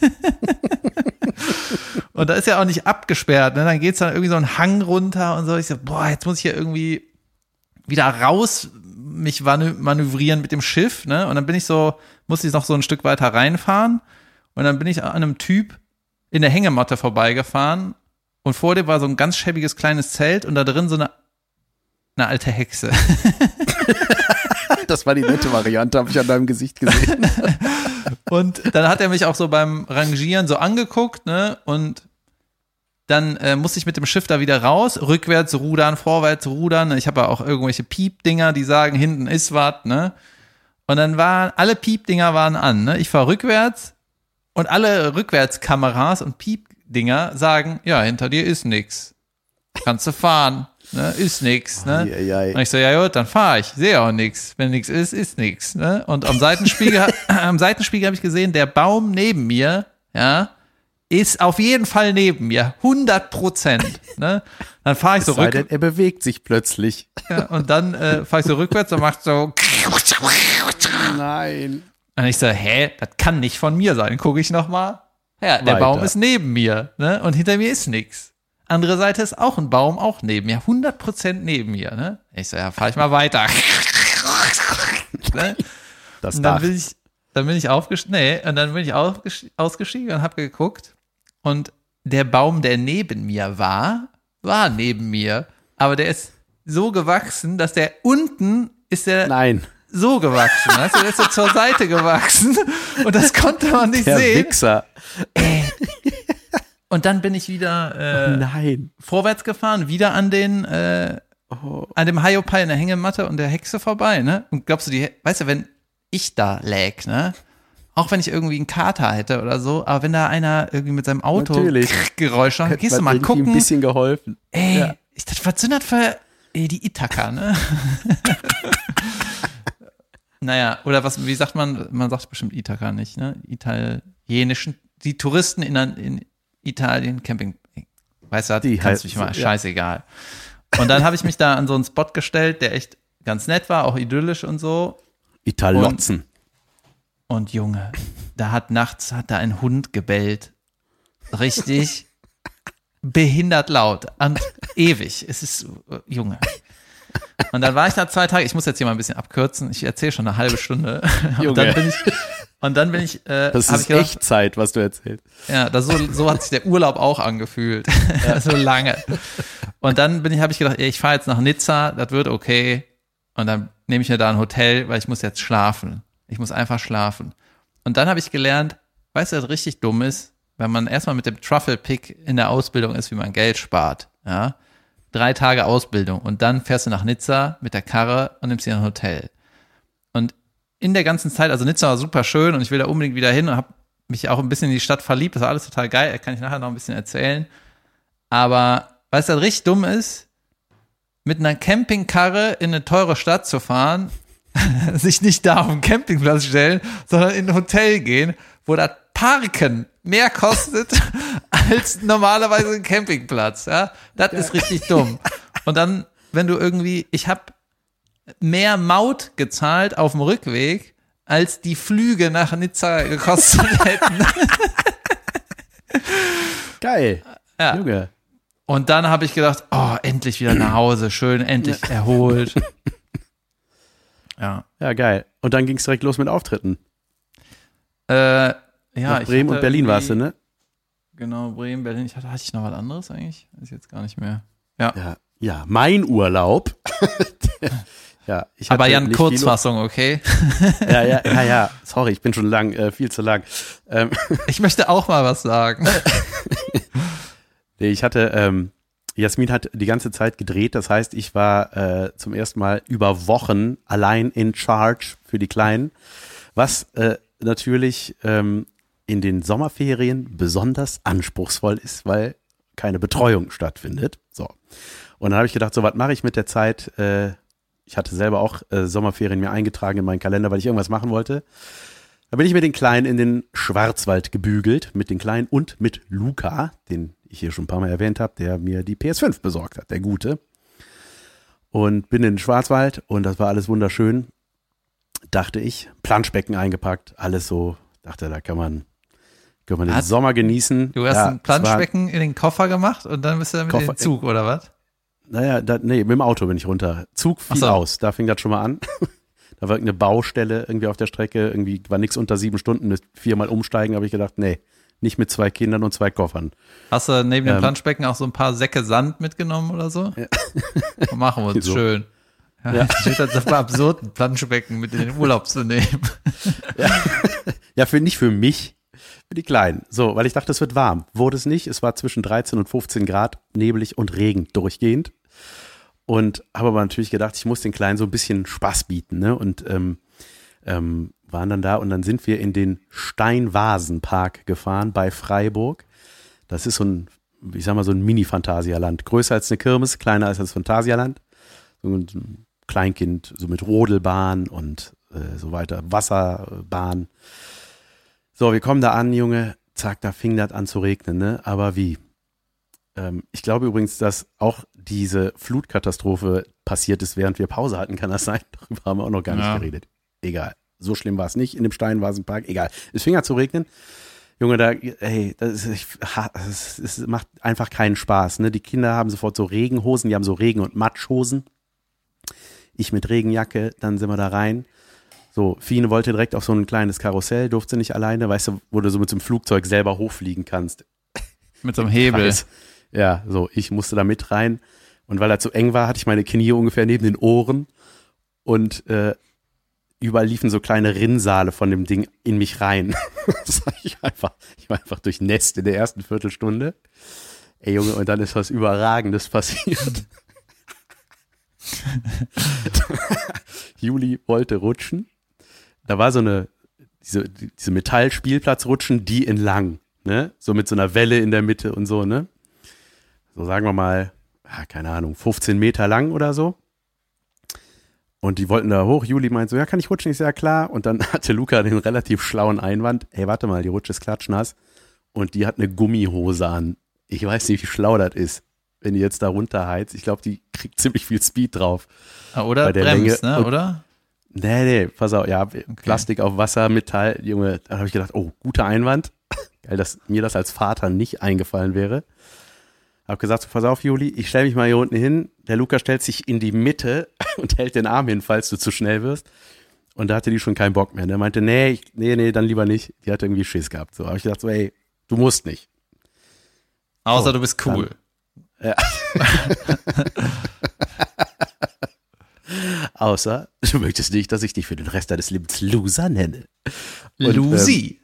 Und da ist ja auch nicht abgesperrt, ne? Dann geht's dann irgendwie so einen Hang runter und so. Ich so, boah, jetzt muss ich hier irgendwie wieder raus mich manövrieren mit dem Schiff, ne? Und dann bin ich so, musste ich noch so ein Stück weiter reinfahren und dann bin ich an einem Typ in der Hängematte vorbeigefahren und vor dem war so ein ganz schäbiges kleines Zelt und da drin so eine, eine alte Hexe. Das war die nette Variante, habe ich an deinem Gesicht gesehen. Und dann hat er mich auch so beim Rangieren so angeguckt, ne? Und dann äh, musste ich mit dem Schiff da wieder raus, rückwärts rudern, vorwärts rudern. Ich habe ja auch irgendwelche Piepdinger, die sagen, hinten ist was, ne? Und dann waren, alle Piepdinger waren an, ne? Ich fahre rückwärts und alle Rückwärtskameras und Piepdinger sagen, ja, hinter dir ist nix. Kannst du fahren. Ne, ist nix, ne? Ei, ei, ei. Und ich so, ja gut, dann fahr ich, sehe auch nix. Wenn nix ist, ist nix, ne? Und am Seitenspiegel, am Seitenspiegel habe ich gesehen, der Baum neben mir, ja, ist auf jeden Fall neben mir, hundert Prozent, ne? Dann fahre ich so rückwärts. Er bewegt sich plötzlich. Ja, und dann äh, fahre ich so rückwärts und macht so. Nein. Und ich so, hä, das kann nicht von mir sein. Gucke ich nochmal. Ja, der Weiter. Baum ist neben mir, ne? Und hinter mir ist nix. Andere Seite ist auch ein Baum, auch neben mir, hundert Prozent neben mir, ne? Ich so, ja, fahr ich mal weiter. Ne? Das und dann Dach. bin ich, dann bin ich aufgestiegen, nee, und dann bin ich ausgestiegen und habe geguckt und der Baum, der neben mir war, war neben mir, aber der ist so gewachsen, dass der unten ist der Nein. so gewachsen, weißt du, der ist so zur Seite gewachsen und das konnte man nicht Der sehen. Wichser. Äh. Und dann bin ich wieder äh, Nein. vorwärts gefahren, wieder an den äh, Oh. an dem Hiopai in der Hängematte und der Hexe vorbei, ne? Und glaubst du, die, weißt du, wenn ich da läg, ne? Auch wenn ich irgendwie einen Kater hätte oder so, aber wenn da einer irgendwie mit seinem Auto Natürlich. Geräusche macht, Hätte gehst du man mal irgendwie gucken. ein bisschen geholfen. Ey, Ja. ich dachte, was sind das für ey, die Ithaka, ne? Naja, oder was, wie sagt man, man sagt bestimmt Ithaka nicht, ne? Italienischen, die Touristen in, in Italien Camping, weißt du, Die kannst heißt- mich mal, ja. scheißegal. Und dann habe ich mich da an so einen Spot gestellt, der echt ganz nett war, auch idyllisch und so. Italotzen. Und Junge, da hat nachts hat da ein Hund gebellt. Richtig behindert laut. Und ewig. Es ist, äh, Junge. Und dann war ich da zwei Tage, ich muss jetzt hier mal ein bisschen abkürzen, ich erzähle schon eine halbe Stunde. Und Junge. dann bin ich, und dann bin ich, äh, Das hab ist ich gedacht, Echtzeit, was du erzählst. ja, das so, so hat sich der Urlaub auch angefühlt. So lange. Und dann bin ich, habe ich gedacht, ey, ich fahre jetzt nach Nizza, das wird okay. Und dann nehme ich mir da ein Hotel, weil ich muss jetzt schlafen. Ich muss einfach schlafen. Und dann habe ich gelernt, weißt du, was richtig dumm ist? Wenn man erstmal mit dem Truffle-Pick in der Ausbildung ist, wie man Geld spart. Ja? Drei Tage Ausbildung. Und dann fährst du nach Nizza mit der Karre und nimmst dir ein Hotel. Und in der ganzen Zeit, also Nizza war super schön und ich will da unbedingt wieder hin und habe mich auch ein bisschen in die Stadt verliebt. Das war alles total geil. Kann ich nachher noch ein bisschen erzählen. Aber weißt du, was richtig dumm ist? Mit einer Campingkarre in eine teure Stadt zu fahren, sich nicht da auf den Campingplatz stellen, sondern in ein Hotel gehen, wo das Parken mehr kostet als normalerweise ein Campingplatz. Ja? Das ist richtig dumm. Und dann, wenn du irgendwie, ich habe mehr Maut gezahlt auf dem Rückweg, als die Flüge nach Nizza gekostet hätten. Geil. Ja. Junge. Und dann habe ich gedacht, oh, endlich wieder nach Hause, schön, endlich erholt. Ja. Ja, geil. Und dann ging es direkt los mit Auftritten. Äh, ja, Nach ich Bremen hatte und Berlin irgendwie- warst du, ne? Genau, Bremen, Berlin. Ich hatte, hatte ich noch was anderes eigentlich? Weiß ich jetzt gar nicht mehr. Ja. Ja, ja, mein Urlaub. ja, ich Aber hatte Jan, nicht Kurzfassung, okay? Viel, ja, ja, ja, ja. Sorry, ich bin schon lang, äh, viel zu lang. Ähm, Ich möchte auch mal was sagen. nee, ich hatte, ähm, Jasmin hat die ganze Zeit gedreht. Das heißt, ich war äh, zum ersten Mal über Wochen allein in charge für die Kleinen. Was äh, natürlich ähm, in den Sommerferien besonders anspruchsvoll ist, weil keine Betreuung stattfindet. So. Und dann habe ich gedacht, so was mache ich mit der Zeit? Äh, ich hatte selber auch äh, Sommerferien mir eingetragen in meinen Kalender, weil ich irgendwas machen wollte. Da bin ich mit den Kleinen in den Schwarzwald gebügelt, mit den Kleinen und mit Luca, den ich hier schon ein paar Mal erwähnt habe, der mir die P S fünf besorgt hat, der Gute. Und bin in den Schwarzwald und das war alles wunderschön, dachte ich. Planschbecken eingepackt, alles so, dachte, da kann man, kann man den Hat- Sommer genießen. Du hast ja, ein es war- Planschbecken in den Koffer gemacht und dann bist du damit in Koffer- den Zug, oder was? Naja, da, nee, mit dem Auto bin ich runter. Zug fiel Ach so. aus, da fing das schon mal an. Da war irgendeine Baustelle irgendwie auf der Strecke, irgendwie war nichts unter sieben Stunden, das viermal umsteigen, habe ich gedacht, nee, nicht mit zwei Kindern und zwei Koffern. Hast du neben dem Ähm. Planschbecken auch so ein paar Säcke Sand mitgenommen oder so? Ja. Machen wir uns So. schön. Ja, Ja. Ich finde das aber absurd, ein Planschbecken mit in den Urlaub zu nehmen. Ja, für nicht für mich, für die Kleinen. So, weil ich dachte, es wird warm. Wurde es nicht. Es war zwischen dreizehn und fünfzehn Grad, neblig und Regen durchgehend. Und habe aber natürlich gedacht, ich muss den Kleinen so ein bisschen Spaß bieten, ne? Und ähm, ähm, waren dann da und dann sind wir in den Steinvasenpark gefahren bei Freiburg. Das ist so ein, ich sag mal, so ein Mini-Phantasialand. Größer als eine Kirmes, kleiner als das Phantasialand. So ein Kleinkind, so mit Rodelbahn und äh, so weiter, Wasserbahn. So, wir kommen da an, Junge, zack, da fing das an zu regnen, ne? Aber wie? Ähm, ich glaube übrigens, dass auch diese Flutkatastrophe passiert ist, während wir Pause hatten, kann das sein? Darüber haben wir auch noch gar nicht Ja. geredet. Egal, so schlimm war es nicht in dem Steinvasenpark, egal. Es fing an zu regnen. Junge, da, ey, das, ist, ich, ha- das, es macht einfach keinen Spaß, ne? Die Kinder haben sofort so Regenhosen, die haben so Regen- und Matschhosen. Ich mit Regenjacke, dann sind wir da rein. So, Fine wollte direkt auf so ein kleines Karussell, durfte nicht alleine, weißt du, wo du so mit so einem Flugzeug selber hochfliegen kannst. Mit so einem Hebel. Weiß. Ja, so, ich musste da mit rein. Und weil er zu eng war, hatte ich meine Knie ungefähr neben den Ohren. Und äh, überall liefen so kleine Rinnsale von dem Ding in mich rein. Das war ich, einfach, ich war einfach durchnässt in der ersten Viertelstunde. Ey Junge, und dann ist was Überragendes passiert. Juli wollte rutschen. Da war so eine, diese, diese Metallspielplatzrutschen, die in lang, ne? So mit so einer Welle in der Mitte und so, ne? So sagen wir mal, ja, keine Ahnung, fünfzehn Meter lang oder so. Und die wollten da hoch. Juli meint so, ja, kann ich rutschen? Ich sage, ja, klar. Und dann hatte Luca den relativ schlauen Einwand, hey, warte mal, die Rutsche ist klatschnass. Und die hat eine Gummihose an. Ich weiß nicht, wie schlau das ist, wenn die jetzt da runterheizt. Ich glaube, die kriegt ziemlich viel Speed drauf. Ah, Oder bei der bremst, Länge. ne? Und- Oder? Nee, nee, pass auf, ja, Plastik auf Wasser, Metall, Junge, da habe ich gedacht, oh, guter Einwand. Geil, dass mir das als Vater nicht eingefallen wäre. Hab gesagt, so, pass auf, Juli, ich stelle mich mal hier unten hin. Der Luca stellt sich in die Mitte und hält den Arm hin, falls du zu schnell wirst. Und da hatte die schon keinen Bock mehr. Der meinte, nee, ich, nee, nee, dann lieber nicht. Die hatte irgendwie Schiss gehabt. So habe ich gedacht, so, ey, du musst nicht. Außer So, du bist cool. Außer, du möchtest nicht, dass ich dich für den Rest deines Lebens Loser nenne. Und, Lucy.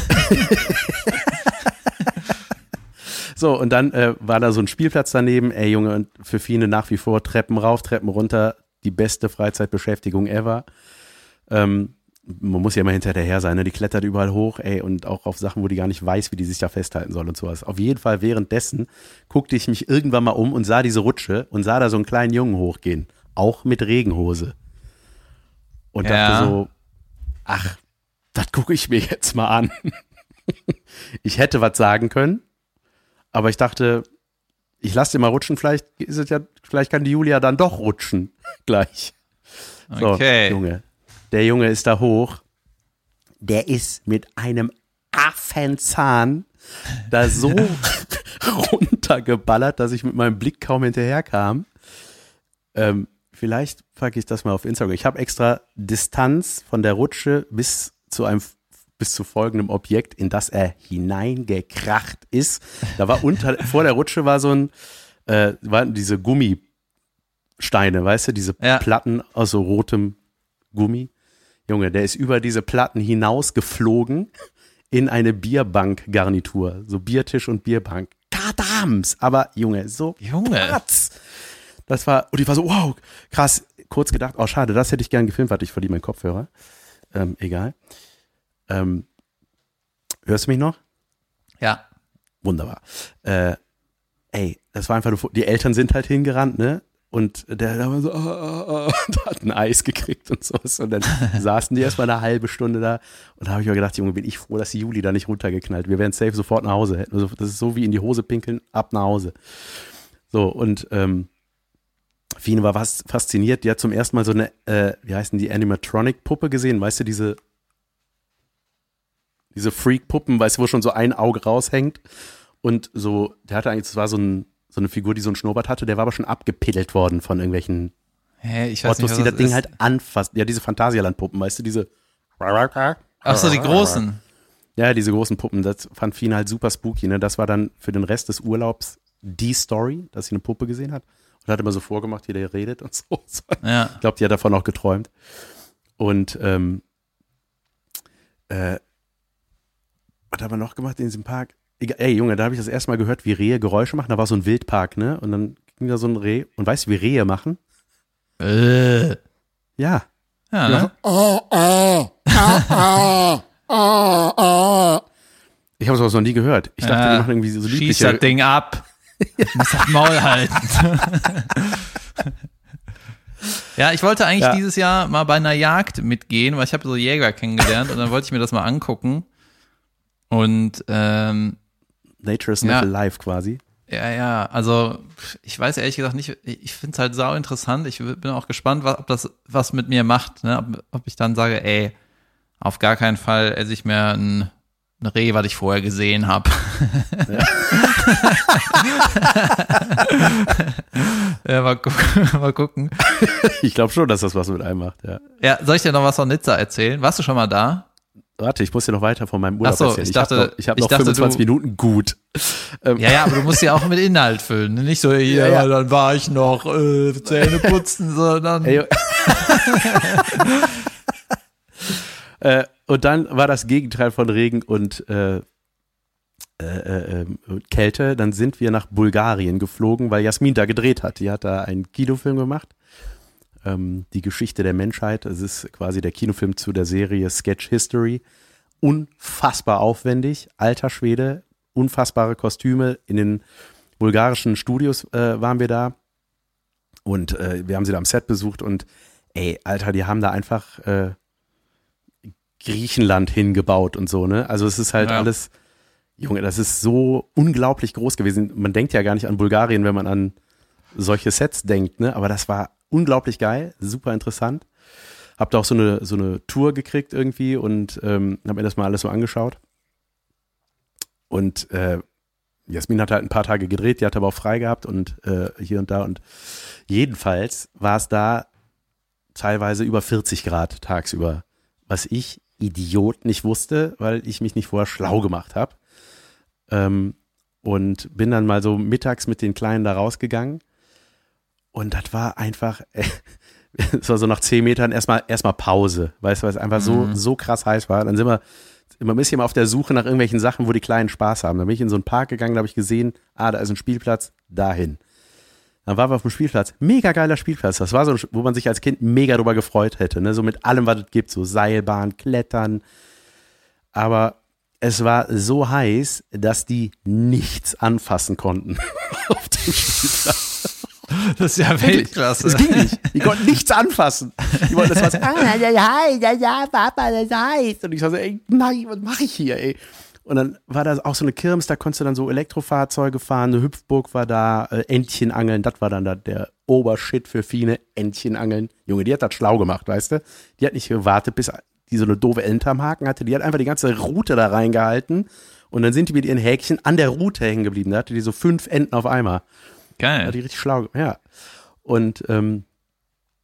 So, und dann äh, war da so ein Spielplatz daneben. Ey, Junge, und für Fine nach wie vor Treppen rauf, Treppen runter. Die beste Freizeitbeschäftigung ever. Ähm, man muss ja immer hinterher sein, ne? Die klettert überall hoch, ey, und auch auf Sachen, wo die gar nicht weiß, wie die sich da festhalten soll und sowas. Auf jeden Fall währenddessen guckte ich mich irgendwann mal um und sah diese Rutsche und sah da so einen kleinen Jungen hochgehen. Auch mit Regenhose. Und Ja. dachte so, ach, das gucke ich mir jetzt mal an. Ich hätte was sagen können, aber ich dachte, ich lasse den mal rutschen, vielleicht ist es ja, vielleicht kann die Julia dann doch rutschen gleich. So, Okay. Junge. Der Junge ist da hoch. Der ist mit einem Affenzahn da so runtergeballert, dass ich mit meinem Blick kaum hinterherkam. Ähm, vielleicht packe ich das mal auf Instagram. Ich habe extra Distanz von der Rutsche bis zu einem bis zu folgendem Objekt, in das er hineingekracht ist. Da war unter, vor der Rutsche war so ein, äh, waren diese Gummisteine, weißt du, diese Ja. Platten aus so rotem Gummi. Junge, der ist über diese Platten hinaus geflogen in eine Bierbank-Garnitur. So Biertisch und Bierbank. Kadams! Aber Junge, so Junge. Platz. Das war, und ich war so, wow, krass. Kurz gedacht, oh schade, das hätte ich gern gefilmt. Warte, ich verliere meinen Kopfhörer. Ähm, egal. Ähm, hörst du mich noch? Ja. Wunderbar. Äh, ey, das war einfach nur, die Eltern sind halt hingerannt, ne? Und der, der war so, oh, oh, oh, und hat ein Eis gekriegt und sowas. Und dann saßen die erstmal eine halbe Stunde da. Und da habe ich mir gedacht, Junge, bin ich froh, dass die Juli da nicht runtergeknallt. Wir wären safe sofort nach Hause. Also das ist so wie in die Hose pinkeln, ab nach Hause. So, und ähm, Fine war was fasziniert. Die hat zum ersten Mal so eine, äh, wie heißt denn die, Animatronic-Puppe gesehen. Weißt du, diese diese Freak-Puppen, weißt du, wo schon so ein Auge raushängt. Und so, der hatte eigentlich, das war so, ein, so eine Figur, die so einen Schnurrbart hatte, der war aber schon abgepiddelt worden von irgendwelchen Hä, ich weiß Ottos, nicht, die was das Ding ist. halt anfasst. Ja, diese Phantasialand-Puppen, weißt du, diese Ach so, die großen. Ja, diese großen Puppen, das fand Fine halt super spooky, ne? Das war dann für den Rest des Urlaubs die Story, dass sie eine Puppe gesehen hat. Und hat immer so vorgemacht, wie der redet und so. Ja. Ich glaube, die hat davon auch geträumt. Und ähm, äh, was haben wir noch gemacht in diesem Park? Egal, ey, Junge, da habe ich das erste Mal gehört, wie Rehe Geräusche machen. Da war so ein Wildpark, ne? Und dann ging da so ein Reh. Und weißt du, wie Rehe machen? Äh. Ja. Ja, ne? Ich habe sowas noch nie gehört. Ich dachte, Ja. die machen irgendwie so Schieß liebliche... das Ding ab. Muss das Maul halten. Ja, ich wollte eigentlich Ja. dieses Jahr mal bei einer Jagd mitgehen, weil ich habe so Jäger kennengelernt und dann wollte ich mir das mal angucken. Und ähm, Nature is Ja. not alive quasi. ja, ja, also ich weiß ehrlich gesagt nicht, ich finde es halt sau interessant. Ich bin auch gespannt, was, ob das was mit mir macht, ne? ob, ob ich dann sage, ey, auf gar keinen Fall esse ich mehr ein, ein Reh, was ich vorher gesehen habe. Ja. Ja, mal gucken. Mal gucken. Ich glaube schon, dass das was mit einem macht, ja. Ja, soll ich dir noch was von Nizza erzählen? Warst du schon mal da? Warte, ich muss dir noch weiter von meinem Urlaub Ach so, erzählen. ich Ich habe dachte- noch, ich hab ich noch dachte, fünfundzwanzig du- Minuten gut. Ähm, Ja, ja, aber du musst ja auch mit Inhalt füllen. ne? Nicht so, ja, Ja, ja. dann war ich noch äh, Zähne putzen, sondern. Ey, äh, und dann war das Gegenteil von Regen und äh, äh, äh, Kälte. Dann sind wir nach Bulgarien geflogen, weil Jasmin da gedreht hat. Die hat da einen Kinofilm gemacht. Ähm, die Geschichte der Menschheit. Es ist quasi der Kinofilm zu der Serie Sketch History. Unfassbar aufwendig. Alter Schwede. Unfassbare Kostüme. In den bulgarischen Studios äh, waren wir da. Und äh, wir haben sie da am Set besucht. Und ey, Alter, die haben da einfach äh, Griechenland hingebaut und so, ne? Also es ist halt Ja. alles, Junge, das ist so unglaublich groß gewesen. Man denkt ja gar nicht an Bulgarien, wenn man an solche Sets denkt, ne? Aber das war unglaublich geil, super interessant. Hab da auch so eine, so eine Tour gekriegt irgendwie und ähm, hab mir das mal alles so angeschaut. Und äh, Jasmin hat halt ein paar Tage gedreht, die hat aber auch frei gehabt und äh, hier und da. Und jedenfalls war es da teilweise über vierzig Grad tagsüber, was ich Idiot nicht wusste, weil ich mich nicht vorher schlau gemacht habe. Ähm, und bin dann mal so mittags mit den Kleinen da rausgegangen. Und das war einfach, es war so nach zehn Metern erstmal erstmal Pause, weißt du, weil es einfach so, Mhm. so krass heiß war. Dann sind wir immer ein bisschen auf der Suche nach irgendwelchen Sachen, wo die Kleinen Spaß haben. Dann bin ich in so einen Park gegangen, da habe ich gesehen, ah, da ist ein Spielplatz, dahin. Dann waren wir auf dem Spielplatz. Mega geiler Spielplatz. Das war so, wo man sich als Kind mega drüber gefreut hätte, ne? So mit allem, was es gibt, so Seilbahn, Klettern. Aber es war so heiß, dass die nichts anfassen konnten auf dem Spielplatz. Das ist ja Weltklasse. Es ging nicht. Die konnten nichts anfassen. Die wollten das was, ah, das ist heiß, das ist ja, Papa, das ist heiß. Und ich war so, ey, nein, was mache ich hier, ey? Und dann war da auch so eine Kirmes, da konntest du dann so Elektrofahrzeuge fahren, eine Hüpfburg war da, äh, Entchen angeln, das war dann da der Obershit für Fine, Entchen angeln. Junge, die hat das schlau gemacht, weißt du? Die hat nicht gewartet, bis die so eine doofe Ente am Haken hatte, die hat einfach die ganze Route da reingehalten und dann sind die mit ihren Häkchen an der Route hängen geblieben. Da hatte die so fünf Enten auf einmal. Geil. Hat die richtig schlau gemacht, ja. Und ähm,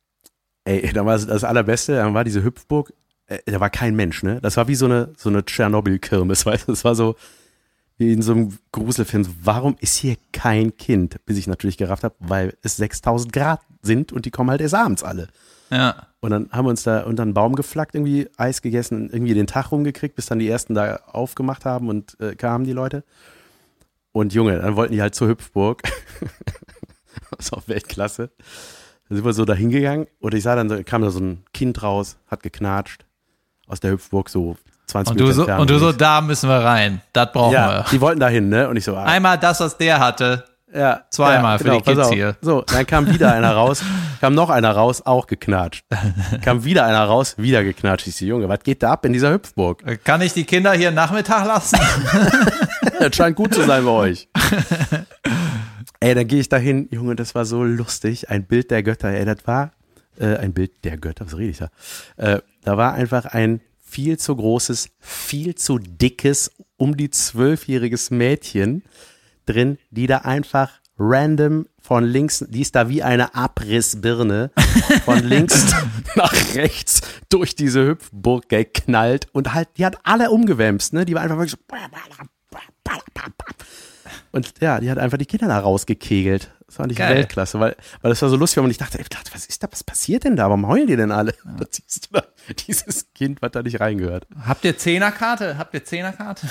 Ey, da war das Allerbeste, da war diese Hüpfburg, äh, da war kein Mensch, ne? Das war wie so eine, so eine Tschernobyl-Kirmes, weißt du? Das war so wie in so einem Gruselfilm. Warum ist hier kein Kind? Bis ich natürlich gerafft habe, weil es sechstausend Grad sind und die kommen halt erst abends alle. Ja. Und dann haben wir uns da unter einen Baum geflackt, irgendwie Eis gegessen, irgendwie den Tag rumgekriegt, bis dann die ersten da aufgemacht haben und äh, kamen die Leute. Und Junge, dann wollten die halt zur Hüpfburg. Das ist auch Weltklasse. Da sind wir so da hingegangen und ich sah dann, da kam da so ein Kind raus, hat geknatscht aus der Hüpfburg, so zwanzig und du Meter so, entfernt. Und du so, da müssen wir rein. Das brauchen ja, wir. Die wollten da hin, ne? Und ich so, ah, einmal das, was der hatte. Ja, Zweimal ja, für genau, die Kids pass auf. hier. So, dann kam wieder einer raus, kam noch einer raus, auch geknatscht. Kam wieder einer raus, wieder geknatscht. Ich so, Junge, was geht da ab in dieser Hüpfburg? Kann ich die Kinder hier Nachmittag lassen? Das scheint gut zu sein bei euch. Ey, dann gehe ich da hin, Junge, das war so lustig. Ein Bild der Götter, ey, das war äh, ein Bild der Götter, was rede ich da? Äh, da war einfach ein viel zu großes, viel zu dickes, um die zwölfjähriges Mädchen drin, die da einfach random von links, die ist da wie eine Abrissbirne, von links nach rechts durch diese Hüpfburg geknallt und halt, die hat alle umgewämst, ne? Die war einfach wirklich so. Und ja, die hat einfach die Kinder da rausgekegelt. Das fand ich Geil. Weltklasse, weil, weil das war so lustig, weil ich dachte, ey, was ist da, was passiert denn da? Warum heulen die denn alle? Ja. Da siehst du da, dieses Kind, was da nicht reingehört. Habt ihr Zehnerkarte? Habt ihr Zehnerkarte?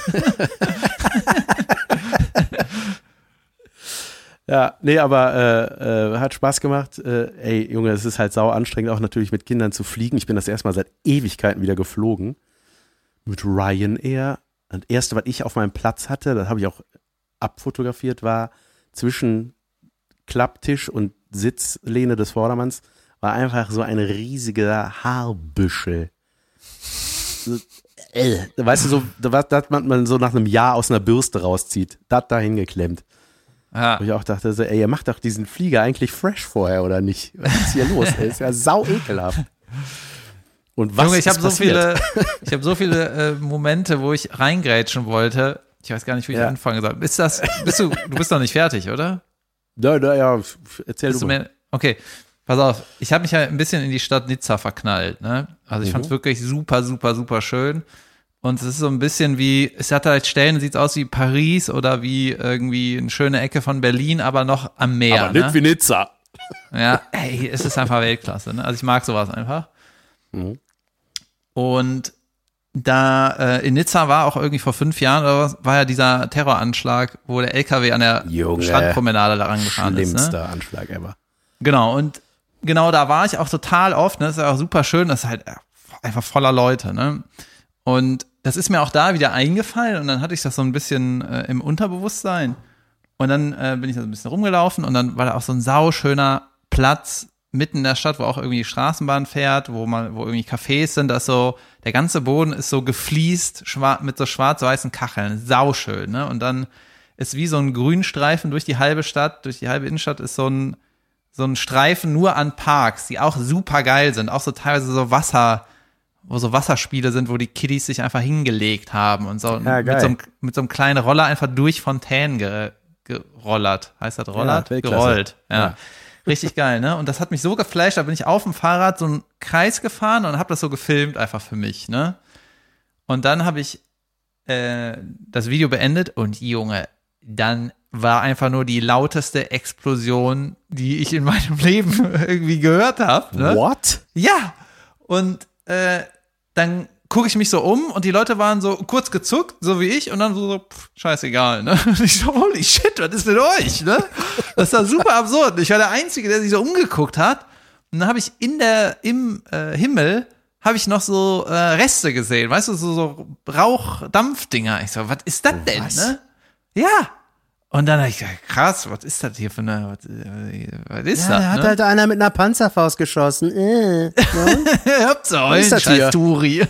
Ja, nee, aber äh, äh, hat Spaß gemacht. Äh, ey, Junge, es ist halt sau anstrengend, auch natürlich mit Kindern zu fliegen. Ich bin das erste Mal seit Ewigkeiten wieder geflogen. Mit Ryanair. Und das erste, was ich auf meinem Platz hatte, das habe ich auch abfotografiert, war zwischen Klapptisch und Sitzlehne des Vordermanns, war einfach so ein riesiger Haarbüschel. So, äh, weißt du, so, was das man so nach einem Jahr aus einer Bürste rauszieht. Das da hingeklemmt. Ja. Wo ich auch dachte, so, ey, ihr macht doch diesen Flieger eigentlich fresh vorher, oder nicht? Was ist hier los? Ey, ist ja sau ekelhaft. Und was Junge, ich ist habe so passiert? viele, ich habe so viele äh, Momente, wo ich reingrätschen wollte. Ich weiß gar nicht, wie ich Ja. anfangen soll. Bist das, bist du, du bist noch nicht fertig, oder? Ja, ja, ja, erzähl Bist du du mal. mehr, okay, pass auf. Ich habe mich ja ein bisschen in die Stadt Nizza verknallt. Ne? Also ich Mhm. fand es wirklich super, super, super schön. Und es ist so ein bisschen wie, es hat halt Stellen, sieht aus wie Paris oder wie irgendwie eine schöne Ecke von Berlin, aber noch am Meer. Aber nicht ne? wie Nizza. Ja, ey, es ist einfach Weltklasse. Ne? Also ich mag sowas einfach. Mhm. Und da äh, in Nizza war auch irgendwie vor fünf Jahren oder was, war ja dieser Terroranschlag, wo der L K W an der Junge, Strandpromenade da rangefahren ist. Ne? Schlimmster Anschlag ever. Genau, und genau da war ich auch total oft. Ne? Das ist ja auch super schön, das ist halt einfach voller Leute. Ne? Und das ist mir auch da wieder eingefallen und dann hatte ich das so ein bisschen äh, im Unterbewusstsein. Und dann äh, bin ich da so ein bisschen rumgelaufen und dann war da auch so ein sauschöner Platz mitten in der Stadt, wo auch irgendwie die Straßenbahn fährt, wo man, wo irgendwie Cafés sind, das so, der ganze Boden ist so gefliest schwar- mit so schwarz-weißen Kacheln, sauschön, ne? Und dann ist wie so ein Grünstreifen durch die halbe Stadt, durch die halbe Innenstadt ist so ein, so ein Streifen nur an Parks, die auch super geil sind, auch so teilweise so Wasser, wo so Wasserspiele sind, wo die Kiddies sich einfach hingelegt haben und so, Ja, mit, geil. so einem, mit so einem kleinen Roller einfach durch Fontänen ge, gerollert. Heißt das Rollert? Ja, Weltklasse. Gerollt, ja. Ja. Richtig geil, ne? Und das hat mich so geflasht, da bin ich auf dem Fahrrad so einen Kreis gefahren und habe das so gefilmt einfach für mich, ne? Und dann habe ich äh, das Video beendet und Junge, dann war einfach nur die lauteste Explosion, die ich in meinem Leben irgendwie gehört habe. Ne? What? Ja. Und äh, dann gucke ich mich so um und die Leute waren so kurz gezuckt, so wie ich, und dann so, so pff, scheißegal, ne? Und ich so, holy shit, was ist mit euch, ne? Das war super absurd. Ich war der Einzige, der sich so umgeguckt hat. Und dann habe ich in der, im äh, Himmel, habe ich noch so äh, Reste gesehen, weißt du, so, so Rauch-Dampfdinger. Ich so, was ist das denn, Was? ne? Ja. Und dann habe ich gesagt, krass, was ist das hier für eine, was, äh, was ist Ja, das, da hat ne? halt einer mit einer Panzerfaust geschossen. Äh, ja. Habt so Was ist das scheiß hier? Turi.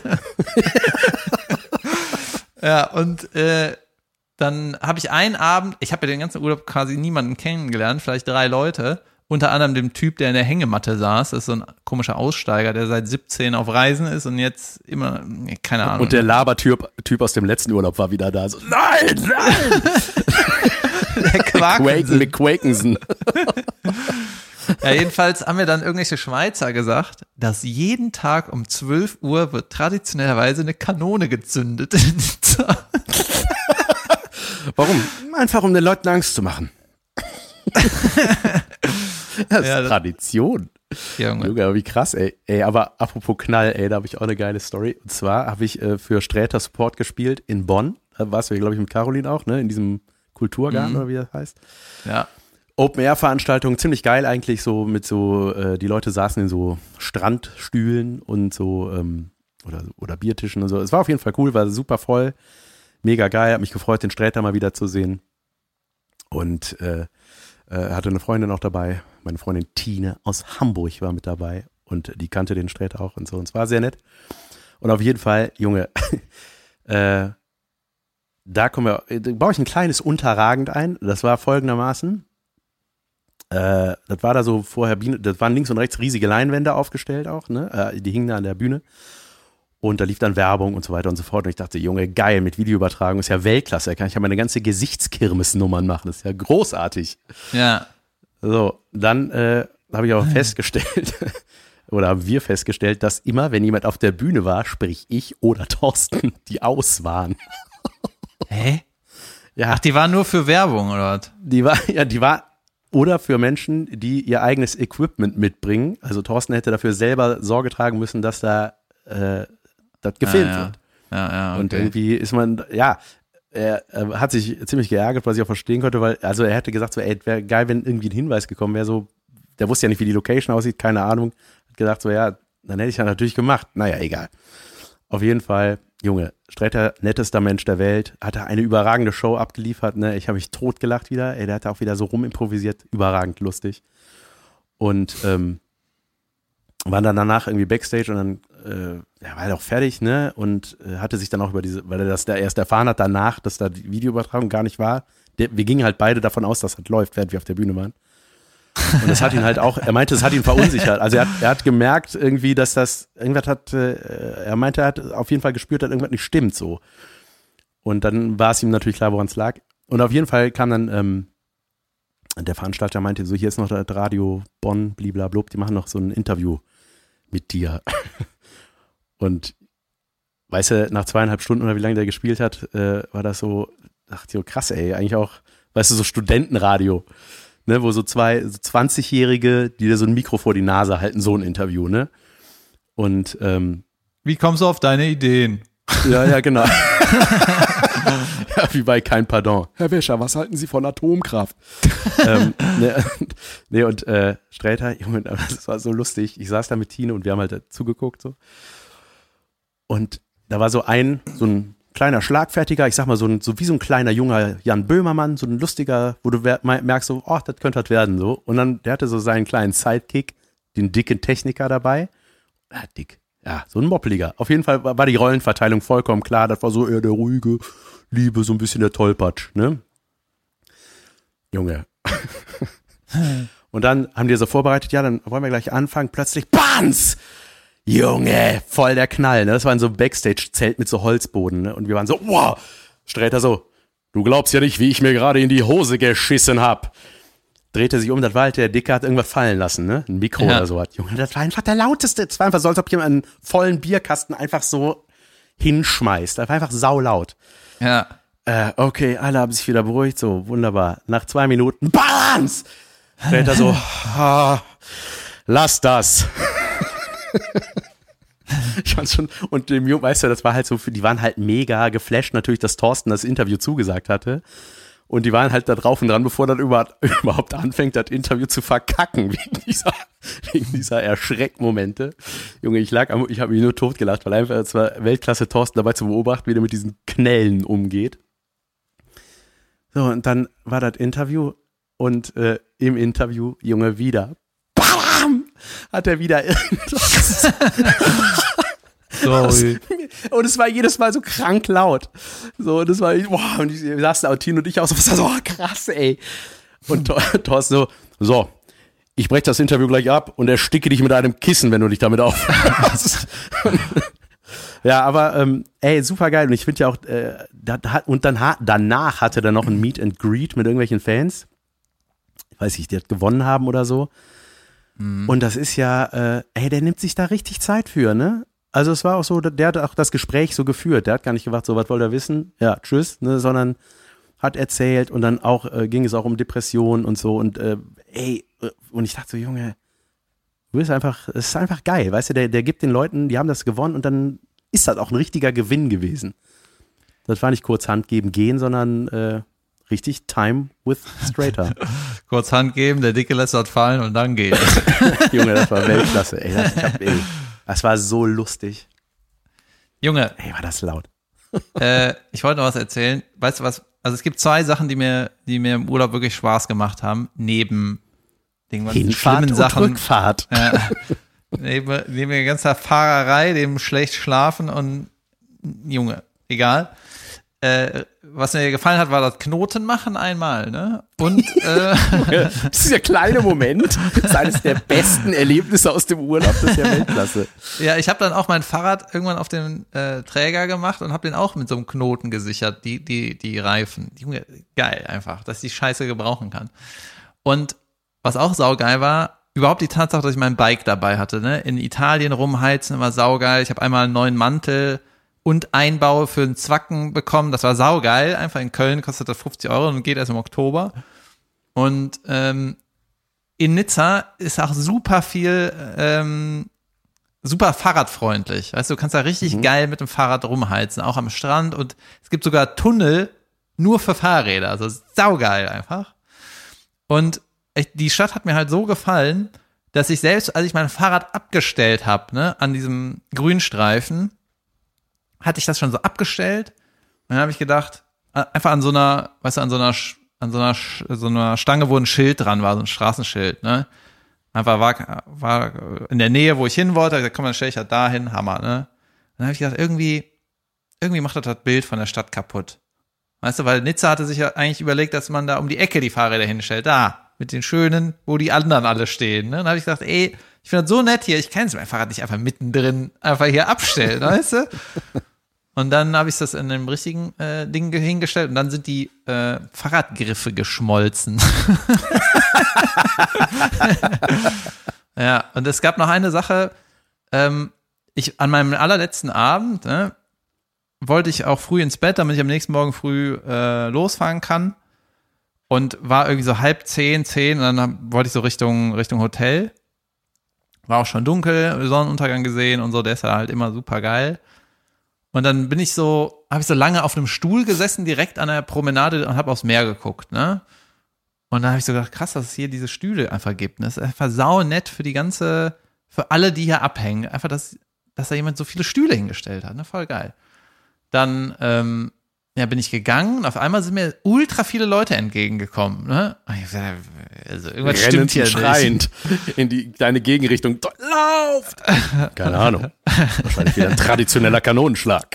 Ja, und äh, dann habe ich einen Abend, ich habe ja den ganzen Urlaub quasi niemanden kennengelernt, vielleicht drei Leute, unter anderem dem Typ, der in der Hängematte saß, das ist so ein komischer Aussteiger, der seit siebzehn auf Reisen ist und jetzt immer, keine Ahnung. Und der Labertyp Typ aus dem letzten Urlaub war wieder da. So, nein, nein! der Quark Quaken, McQuakenson. Ja, jedenfalls haben mir dann irgendwelche Schweizer gesagt, dass jeden Tag um zwölf Uhr wird traditionellerweise eine Kanone gezündet. Warum? Einfach um den Leuten Angst zu machen. Das ist Ja, das- Tradition. Junge. Junge, wie krass, ey. Ey, aber apropos Knall, ey, da habe ich auch eine geile Story. Und zwar habe ich äh, für Sträter Support gespielt in Bonn. Da warst du, glaube ich, mit Caroline auch, ne? In diesem Kulturgarten Mhm. oder wie das heißt. Ja. Open-Air-Veranstaltung, ziemlich geil eigentlich, so mit so, äh, die Leute saßen in so Strandstühlen und so, ähm, oder, oder Biertischen und so. Es war auf jeden Fall cool, war super voll, mega geil, hat mich gefreut, den Sträter mal wieder zu sehen. Und äh, äh, hatte eine Freundin auch dabei, meine Freundin Tine aus Hamburg war mit dabei und die kannte den Sträter auch und so. Und es war sehr nett. Und auf jeden Fall, Junge, äh, da kommen wir, da baue ich ein kleines Unterragend ein. Das war folgendermaßen. Äh, das war da so vorher, das waren links und rechts riesige Leinwände aufgestellt auch, ne? Äh, die hingen da an der Bühne. Und da lief dann Werbung und so weiter und so fort. Und ich dachte, Junge, geil, mit Videoübertragung ist ja Weltklasse. Da kann ich ja meine ganze Gesichtskirmesnummern machen. Das ist ja großartig. Ja. So, dann äh, habe ich aber festgestellt, oder haben wir festgestellt, dass immer, wenn jemand auf der Bühne war, sprich ich oder Thorsten, die aus waren. Hä? Ja, Ach, die waren nur für Werbung, oder was? die war, ja, die war, oder für Menschen, die ihr eigenes Equipment mitbringen. Also Thorsten hätte dafür selber Sorge tragen müssen, dass da äh, das gefilmt ja, ja. wird. Ja, ja, okay. Und irgendwie ist man, ja, er, er hat sich ziemlich geärgert, was ich auch verstehen konnte, weil, also er hätte gesagt, so, ey, wäre geil, wenn irgendwie ein Hinweis gekommen wäre, so, der wusste ja nicht, wie die Location aussieht, keine Ahnung, hat gesagt, so, ja, dann hätte ich ja natürlich gemacht. Naja, egal. Auf jeden Fall, Junge, Sträter, nettester Mensch der Welt, hat er eine überragende Show abgeliefert, ne, ich habe mich totgelacht wieder, ey, der hat auch wieder so rumimprovisiert, überragend lustig. Und, ähm, waren dann danach irgendwie Backstage und dann äh, er war halt auch fertig, ne? Und äh, hatte sich dann auch über diese, weil er das da erst erfahren hat danach, dass da die Videoübertragung gar nicht war. Der, wir gingen halt beide davon aus, dass das läuft, während wir auf der Bühne waren. Und das hat ihn halt auch, er meinte, es hat ihn verunsichert. Also er hat, er hat gemerkt irgendwie, dass das, irgendwas hat, äh, er meinte, er hat auf jeden Fall gespürt, dass irgendwas nicht stimmt so. Und dann war es ihm natürlich klar, woran es lag. Und auf jeden Fall kam dann, ähm, der Veranstalter meinte so, hier ist noch das Radio Bonn, bliblablub, die machen noch so ein Interview mit dir. Und weißt du, nach zweieinhalb Stunden oder wie lange der gespielt hat, äh, war das so, dachte ich so, krass, ey, eigentlich auch, weißt du, so Studentenradio, ne, wo so zwei so zwanzigjährige, die dir so ein Mikro vor die Nase halten, so ein Interview, ne? Und ähm, Wie kommst du auf deine Ideen? ja, ja, genau. Ja, wie bei Kein Pardon. Herr Wäscher, was halten Sie von Atomkraft? ähm, ne, ne, und äh, Sträter, Junge, das war so lustig. Ich saß da mit Tine und wir haben halt zugeguckt so. Und da war so ein, so ein kleiner Schlagfertiger, ich sag mal so, ein, so wie so ein kleiner junger Jan Böhmermann, so ein lustiger, wo du merkst so, oh, das könnte halt werden so. Und dann, der hatte so seinen kleinen Sidekick, den dicken Techniker dabei. Ja, dick. Ja, so ein Moppeliger. Auf jeden Fall war die Rollenverteilung vollkommen klar. Das war so eher der ruhige, liebe, so ein bisschen der Tollpatsch, ne? Junge. Und dann haben die so vorbereitet, ja, dann wollen wir gleich anfangen. Plötzlich, BAMS! Junge, voll der Knall, ne? Das war in so einem Backstage-Zelt mit so Holzboden, ne? Und wir waren so, wow! Sträter so, du glaubst ja nicht, wie ich mir gerade in die Hose geschissen hab. Drehte sich um, das war halt der Dicke, hat irgendwas fallen lassen, ne? Ein Mikro Ja. oder so hat. Junge, das war einfach der lauteste. Es war einfach so, als ob jemand einen vollen Bierkasten einfach so hinschmeißt. Das war einfach saulaut. Ja. Äh, okay, alle haben sich wieder beruhigt, so, wunderbar. Nach zwei Minuten, BAMS! Sträter so, ah, lass das. Ich fand's schon, und dem Jungen, weißt du, das war halt so, die waren halt mega geflasht natürlich, dass Thorsten das Interview zugesagt hatte. Und die waren halt da drauf und dran, bevor das überhaupt anfängt, das Interview zu verkacken, wegen dieser, wegen dieser Erschreckmomente. Junge, ich lag am, ich habe mich nur totgelacht, weil einfach, es war Weltklasse Thorsten dabei zu beobachten, wie der mit diesen Knällen umgeht. So, und dann war das Interview und äh, im Interview, Junge, wieder, BAM! Hat er wieder irgendwas. Sorry. Und es war jedes Mal so krank laut. So, und das war, boah, und ich, wir saßen Autin und ich auch so, was war so, oh, krass, ey. Und Thorsten so, so, ich breche das Interview gleich ab und ersticke dich mit einem Kissen, wenn du dich damit aufhörst. Ja, aber, ähm, ey, super geil. Und ich finde ja auch, äh, da, da, und dann, danach hatte er noch ein Meet and Greet mit irgendwelchen Fans. Ich weiß nicht, die hat gewonnen haben oder so. Mhm. Und das ist ja, äh, ey, der nimmt sich da richtig Zeit für, ne? Also es war auch so, der hat auch das Gespräch so geführt. Der hat gar nicht gefragt, so, was wollt ihr wissen? Ja, tschüss, ne? Sondern hat erzählt und dann auch äh, ging es auch um Depressionen und so. Und äh, ey, und ich dachte so, Junge, du bist einfach, es ist einfach geil, weißt du, der, der gibt den Leuten, die haben das gewonnen und dann ist das auch ein richtiger Gewinn gewesen. Das war nicht kurz Hand geben, gehen, sondern äh, richtig Time with Straighter. Kurz Hand geben, der Dicke lässt das fallen und dann geht. Junge, das war Weltklasse, ey. Das, ich hab, ey. Das war so lustig. Junge. Ey, war das laut. äh, ich wollte noch was erzählen. Weißt du was? Also es gibt zwei Sachen, die mir, die mir im Urlaub wirklich Spaß gemacht haben, neben den ganzen Hinfahrt schlimmen und Sachen. Rückfahrt. Äh, neben, neben der ganzen Fahrerei, dem schlecht schlafen und Junge, egal. Äh, was mir gefallen hat, war das Knoten machen einmal, ne? Und äh, das ist ja kleine Moment. Das ist eines der besten Erlebnisse aus dem Urlaub. Das ist ja Weltklasse. Ja, ich habe dann auch mein Fahrrad irgendwann auf den äh, Träger gemacht und habe den auch mit so einem Knoten gesichert, die die die Reifen. Junge, geil einfach, dass ich die Scheiße gebrauchen kann. Und was auch saugeil war, überhaupt die Tatsache, dass ich mein Bike dabei hatte, ne? In Italien rumheizen, immer saugeil. Ich habe einmal einen neuen Mantel und Einbau für einen Zwacken bekommen. Das war saugeil. Einfach in Köln kostet das fünfzig Euro und geht erst im Oktober. Und ähm, in Nizza ist auch super viel, ähm, super fahrradfreundlich. Weißt du, du kannst da richtig mhm. geil mit dem Fahrrad rumheizen, auch am Strand. Und es gibt sogar Tunnel nur für Fahrräder. Also saugeil einfach. Und echt, die Stadt hat mir halt so gefallen, dass ich selbst, als ich mein Fahrrad abgestellt habe, ne, an diesem Grünstreifen, hatte ich das schon so abgestellt und dann habe ich gedacht, einfach an so einer, weißt du, an so einer, an so einer, so einer Stange, wo ein Schild dran war, so ein Straßenschild, ne? Einfach war, war in der Nähe, wo ich hin wollte, ich gesagt, komm, dann stelle ich das da hin, Hammer, ne? Dann habe ich gedacht, irgendwie, irgendwie macht das das Bild von der Stadt kaputt. Weißt du, weil Nizza hatte sich ja eigentlich überlegt, dass man da um die Ecke die Fahrräder hinstellt, da, mit den schönen, wo die anderen alle stehen, ne? Dann habe ich gesagt, ey, ich finde das so nett hier, ich kann jetzt mein Fahrrad nicht einfach mittendrin einfach hier abstellen, weißt du? Und dann habe ich das in einem richtigen äh, Ding hingestellt und dann sind die äh, Fahrradgriffe geschmolzen. Ja, und es gab noch eine Sache, ähm, ich an meinem allerletzten Abend, ne, wollte ich auch früh ins Bett, damit ich am nächsten Morgen früh äh, losfahren kann und war irgendwie so halb zehn, zehn und dann wollte ich so Richtung, Richtung Hotel. War auch schon dunkel, Sonnenuntergang gesehen und so, der ist ja halt immer super geil. Und dann bin ich so, habe ich so lange auf einem Stuhl gesessen, direkt an der Promenade und habe aufs Meer geguckt, ne? Und dann habe ich so gedacht, krass, dass es hier diese Stühle einfach gibt. Ne? Das ist einfach sau nett für die ganze, für alle, die hier abhängen. Einfach, dass, dass da jemand so viele Stühle hingestellt hat, ne? Voll geil. Dann, ähm, ja, bin ich gegangen und auf einmal sind mir ultra viele Leute entgegengekommen, ne? Also irgendwas stimmt hier schreiend nicht. In die deine Gegenrichtung. Lauft! Keine Ahnung. Wahrscheinlich wieder ein traditioneller Kanonenschlag.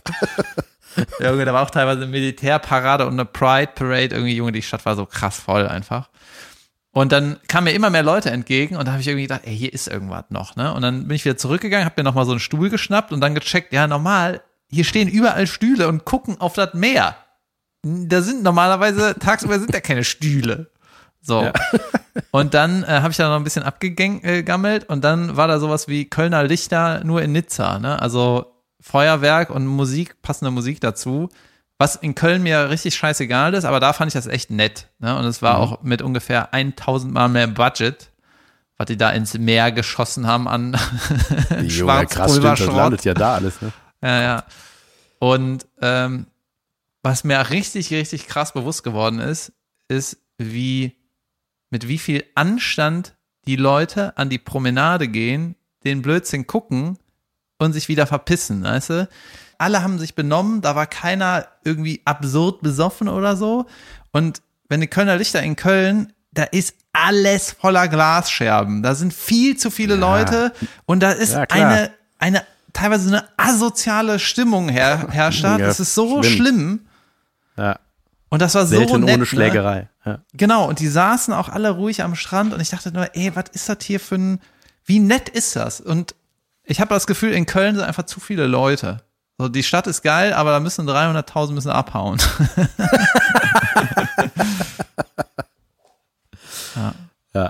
Ja, Junge, da war auch teilweise eine Militärparade und eine Pride Parade. Irgendwie, Junge, die Stadt war so krass voll einfach. Und dann kamen mir immer mehr Leute entgegen und da habe ich irgendwie gedacht, ey, hier ist irgendwas noch, ne? Und dann bin ich wieder zurückgegangen, habe mir nochmal so einen Stuhl geschnappt und dann gecheckt, ja, normal, hier stehen überall Stühle und gucken auf das Meer. Da sind normalerweise, tagsüber sind da keine Stühle. So. Ja. Und dann äh, habe ich da noch ein bisschen abgegammelt und dann war da sowas wie Kölner Lichter nur in Nizza, ne? Also Feuerwerk und Musik, passende Musik dazu, was in Köln mir richtig scheißegal ist, aber da fand ich das echt nett, ne? Und es war mhm. auch mit ungefähr tausend Mal mehr Budget, was die da ins Meer geschossen haben an Schwarzpulverschrott. Das landet ja da alles, ne? Ja, ja. Und ähm, was mir richtig, richtig krass bewusst geworden ist, ist, wie mit wie viel Anstand die Leute an die Promenade gehen, den Blödsinn gucken und sich wieder verpissen, weißt du? Alle haben sich benommen, da war keiner irgendwie absurd besoffen oder so. Und wenn die Kölner Lichter in Köln, da ist alles voller Glasscherben. Da sind viel zu viele ja. Leute und da ist ja, eine, eine teilweise eine asoziale Stimmung her, herrscht da. Das ist so schlimm. schlimm. Ja. Und das war Selten so nett, ohne Schlägerei. Ne? Ja. Genau, und die saßen auch alle ruhig am Strand und ich dachte nur, ey, was ist das hier für ein, wie nett ist das? Und ich habe das Gefühl, in Köln sind einfach zu viele Leute. So, die Stadt ist geil, aber da müssen dreihunderttausend müssen abhauen. ja. Ja,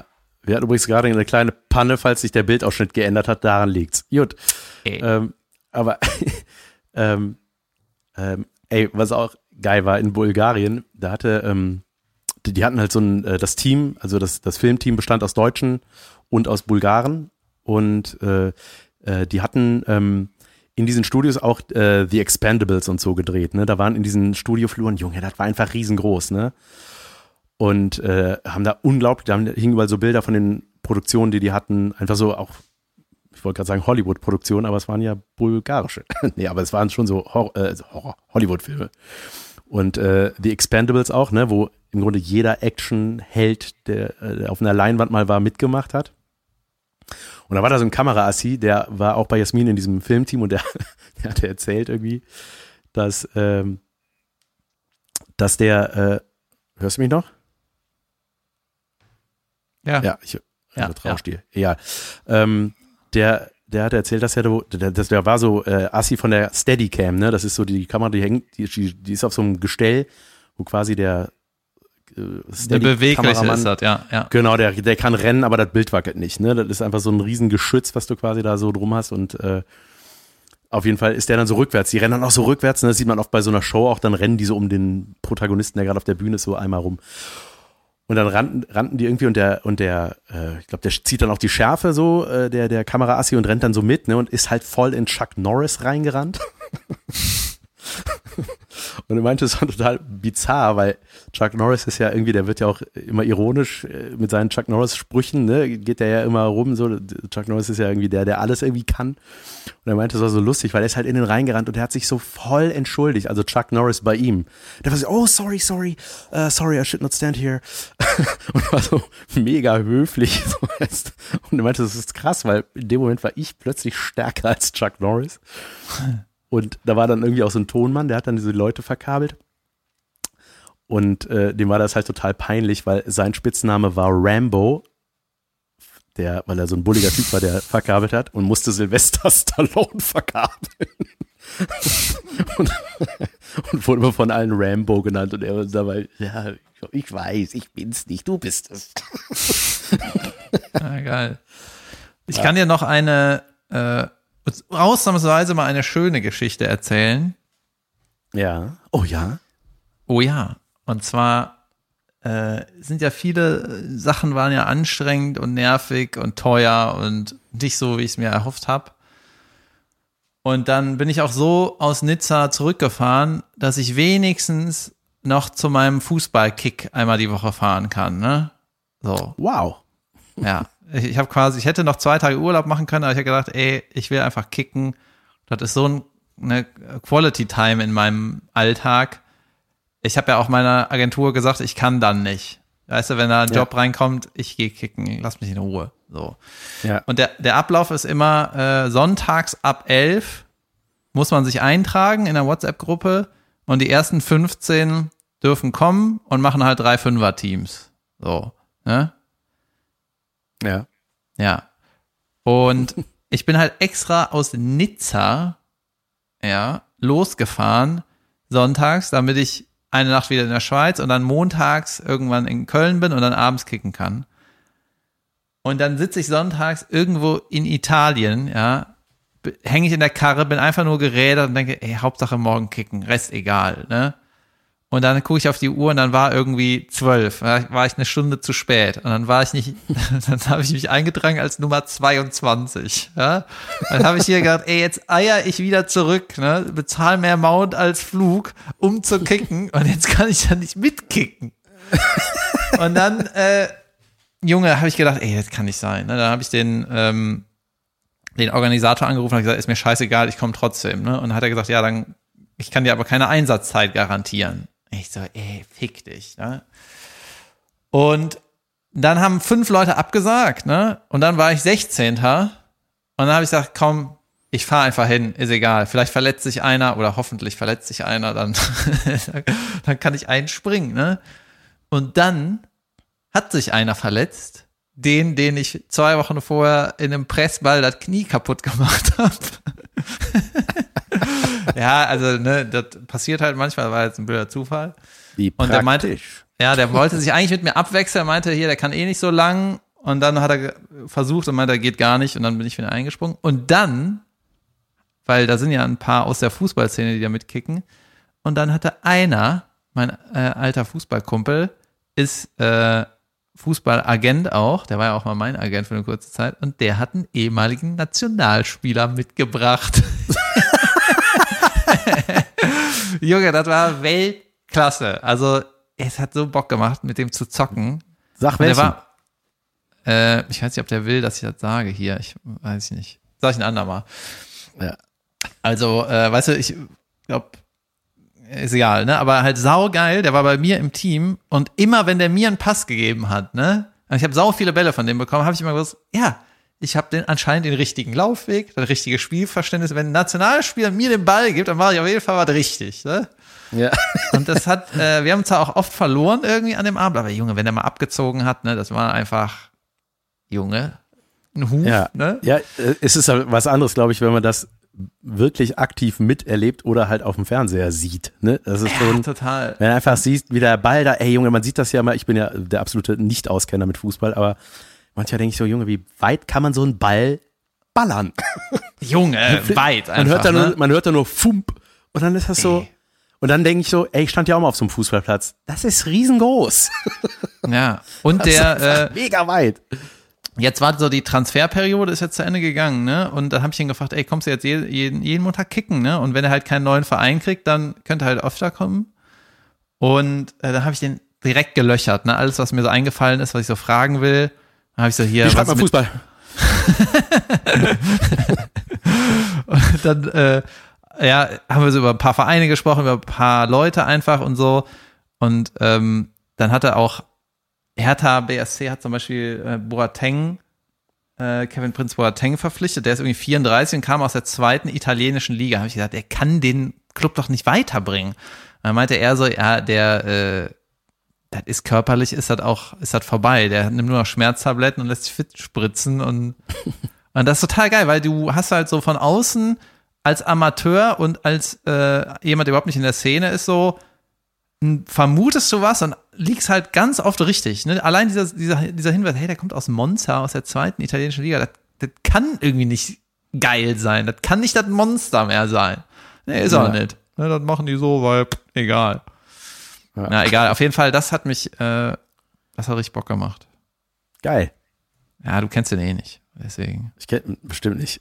Wir hatten übrigens gerade eine kleine Panne, falls sich der Bildausschnitt geändert hat, daran liegt's. Gut. Ey. Ähm, aber ähm, ähm, ey, was auch geil war in Bulgarien, da hatte, ähm, die, die hatten halt so ein, äh, das Team, also das, das Filmteam bestand aus Deutschen und aus Bulgaren und äh, äh, die hatten ähm, in diesen Studios auch äh, The Expendables und so gedreht, ne? Da waren in diesen Studiofluren, Junge, das war einfach riesengroß, ne? Und äh, haben da unglaublich, da hingen überall so Bilder von den Produktionen, die die hatten, einfach so auch, ich wollte gerade sagen Hollywood-Produktionen, aber es waren ja bulgarische. Nee, aber es waren schon so Hor- äh, Horror, Hollywood-Filme. Und äh, The Expendables auch, ne, wo im Grunde jeder Action-Held, der äh, auf einer Leinwand mal war, mitgemacht hat. Und da war da so ein Kameraassi, der war auch bei Jasmin in diesem Filmteam und der, der hatte erzählt irgendwie, dass, ähm, dass der, äh, hörst du mich noch? Ja. Ja, ich Ja, vertraue dir. Ja. Ähm, der, der hat erzählt, dass er, der, der, der war so äh, Assi von der Steadicam, ne? Das ist so die Kamera, die hängt, die, die ist auf so einem Gestell, wo quasi der äh, Der bewegliche ist das, ja, ja. Genau, der, der kann rennen, aber das Bild wackelt nicht, ne? Das ist einfach so ein riesen Geschütz, was du quasi da so drum hast und äh, auf jeden Fall ist der dann so rückwärts. Die rennen dann auch so rückwärts, ne? Das sieht man oft bei so einer Show auch, dann rennen die so um den Protagonisten, der gerade auf der Bühne ist, so einmal rum. Und dann rannten, rannten die irgendwie und der, und der, äh, ich glaube, der zieht dann auch die Schärfe so, äh, der, der Kameraassi und rennt dann so mit, ne, und ist halt voll in Chuck Norris reingerannt. Und er meinte, es war total bizarr, weil Chuck Norris ist ja irgendwie, der wird ja auch immer ironisch äh, mit seinen Chuck Norris-Sprüchen, ne, geht der ja immer rum, so, Chuck Norris ist ja irgendwie der, der alles irgendwie kann. Und er meinte, es war so lustig, weil er ist halt in den reingerannt und er hat sich so voll entschuldigt, also Chuck Norris bei ihm. Der war so, oh, sorry, sorry, uh, sorry, I should not stand here. Und war so mega höflich. So. Und er meinte, das ist krass, weil in dem Moment war ich plötzlich stärker als Chuck Norris. Und da war dann irgendwie auch so ein Tonmann, der hat dann diese Leute verkabelt. Und äh, dem war das halt total peinlich, weil sein Spitzname war Rambo, der, weil er so ein bulliger Typ war, der verkabelt hat und musste Sylvester Stallone verkabeln. und, und wurde von allen Rambo genannt und er war dabei, ja, ich weiß, ich bin's nicht, du bist es. Ja, geil. Ich ja. kann dir noch eine äh, ausnahmsweise mal eine schöne Geschichte erzählen. Ja. Oh ja. Oh ja. Und zwar äh, sind ja viele Sachen waren ja anstrengend und nervig und teuer und nicht so, wie ich es mir erhofft habe. Und dann bin ich auch so aus Nizza zurückgefahren, dass ich wenigstens noch zu meinem Fußballkick einmal die Woche fahren kann. Ne? So. Wow. Ja. Ich, ich habe quasi, ich hätte noch zwei Tage Urlaub machen können, aber ich habe gedacht, ey, ich will einfach kicken. Das ist so ein, eine Quality Time in meinem Alltag. Ich habe ja auch meiner Agentur gesagt, ich kann dann nicht. Weißt du, wenn da ein Job ja. reinkommt, ich gehe kicken, lass mich in Ruhe. So. Ja. Und der, der Ablauf ist immer äh, sonntags ab elf muss man sich eintragen in der WhatsApp-Gruppe und die ersten fünfzehn dürfen kommen und machen halt drei Fünfer-Teams. So, ne? Ja. Ja. Und ich bin halt extra aus Nizza, ja, losgefahren, sonntags, damit ich eine Nacht wieder in der Schweiz und dann montags irgendwann in Köln bin und dann abends kicken kann. Und dann sitze ich sonntags irgendwo in Italien, ja, hänge ich in der Karre, bin einfach nur gerädert und denke, ey, Hauptsache morgen kicken, Rest egal, ne? Und dann gucke ich auf die Uhr und dann war irgendwie zwölf. Da war ich eine Stunde zu spät. Und dann war ich nicht, dann habe ich mich eingetragen als Nummer zweiundzwanzig. Ja? Dann habe ich hier gedacht, ey, jetzt eier ich wieder zurück, ne? Bezahl mehr Mount als Flug, um zu kicken. Und jetzt kann ich ja nicht mitkicken. Und dann, äh, Junge, habe ich gedacht, ey, das kann nicht sein. Ne? Dann habe ich den, ähm, den Organisator angerufen und gesagt, ist mir scheißegal, ich komme trotzdem. Ne? Und dann hat er gesagt, ja, dann, ich kann dir aber keine Einsatzzeit garantieren. Ich so, ey, fick dich, ne? Und dann haben fünf Leute abgesagt, ne? Und dann war ich sechzehnter Und dann habe ich gesagt, komm, ich fahre einfach hin, ist egal. Vielleicht verletzt sich einer oder hoffentlich verletzt sich einer, dann, dann kann ich einspringen, ne? Und dann hat sich einer verletzt, den, den ich zwei Wochen vorher in einem Pressball das Knie kaputt gemacht habe. Ja, also, ne, das passiert halt manchmal, war jetzt ein blöder Zufall. Wie praktisch. Und der meinte, ja, der wollte sich eigentlich mit mir abwechseln, meinte hier, der kann eh nicht so lang Und dann hat er ge- versucht und meinte, er geht gar nicht. Und dann bin ich wieder eingesprungen. Und dann, weil da sind ja ein paar aus der Fußballszene, die da mitkicken. Und dann hatte einer, mein äh, alter Fußballkumpel, ist äh, Fußballagent auch. Der war ja auch mal mein Agent für eine kurze Zeit. Und der hat einen ehemaligen Nationalspieler mitgebracht. Junge, das war Weltklasse. Also, es hat so Bock gemacht, mit dem zu zocken. Sag Und der welchen. war, äh, ich weiß nicht, ob der will, dass ich das sage hier. Ich weiß nicht. Sag ich ein andermal. Ja. Also, äh, weißt du, ich glaube, ist egal, ne? Aber halt saugeil, der war bei mir im Team und immer, wenn der mir einen Pass gegeben hat, ne? Ich habe sau viele Bälle von dem bekommen, habe ich immer gewusst, ja, ich habe den anscheinend den richtigen Laufweg, das richtige Spielverständnis. Wenn ein Nationalspieler mir den Ball gibt, dann mache ich auf jeden Fall was richtig, ne? Ja. Und das hat, äh, wir haben zwar auch oft verloren irgendwie an dem Abend, aber Junge, wenn der mal abgezogen hat, ne, das war einfach, Junge, ein Huf, Ja. ne? Ja, äh, es ist halt was anderes, glaube ich, wenn man das wirklich aktiv miterlebt oder halt auf dem Fernseher sieht. Ne? Das ist Ja, schon, total. wenn du einfach siehst, wie der Ball da, ey Junge, man sieht das ja mal, ich bin ja der absolute Nicht-Auskenner mit Fußball, aber manchmal denke ich so, Junge, wie weit kann man so einen Ball ballern? Junge, weit einfach, man hört da ne? nur, man hört da nur Fump und dann ist das so, Ey. und dann denke ich so, ey, ich stand ja auch mal auf so einem Fußballplatz. Das ist riesengroß. Ja, und Das ist der, einfach äh, mega weit. jetzt war so die Transferperiode, ist jetzt zu Ende gegangen, ne? Und dann habe ich ihn gefragt, ey, kommst du jetzt jeden, jeden, jeden Montag kicken, ne? Und wenn er halt keinen neuen Verein kriegt, dann könnte er halt öfter kommen. Und äh, dann habe ich den direkt gelöchert, ne? Alles, was mir so eingefallen ist, was ich so fragen will, dann habe ich so hier. Wie schreibt was man mit- Fußball? Und dann, äh, ja, haben wir so über ein paar Vereine gesprochen, über ein paar Leute einfach und so. Und ähm, dann hat er auch Hertha B S C hat zum Beispiel äh, Boateng, äh, Kevin Prince Boateng verpflichtet. Der ist irgendwie vierunddreißig und kam aus der zweiten italienischen Liga. Habe ich gesagt, der kann den Club doch nicht weiterbringen. Dann meinte er so, ja, der, äh, das ist körperlich, ist das auch, ist das vorbei. Der nimmt nur noch Schmerztabletten und lässt sich fit spritzen und und das ist total geil, weil du hast halt so von außen als Amateur und als äh, jemand, der überhaupt nicht in der Szene ist, so n- vermutest du was und liegst halt ganz oft richtig. Ne? Allein dieser, dieser, dieser Hinweis, hey, der kommt aus Monza, aus der zweiten italienischen Liga, das, das kann irgendwie nicht geil sein. Das kann nicht das Monster mehr sein. Nee, ist auch Ja. nicht. Ne, das machen die so, weil pff, egal. Ja. Na, egal. Auf jeden Fall, das hat mich, äh, das hat richtig Bock gemacht. Geil. Ja, du kennst den eh nicht. Deswegen. Ich kenne bestimmt nicht.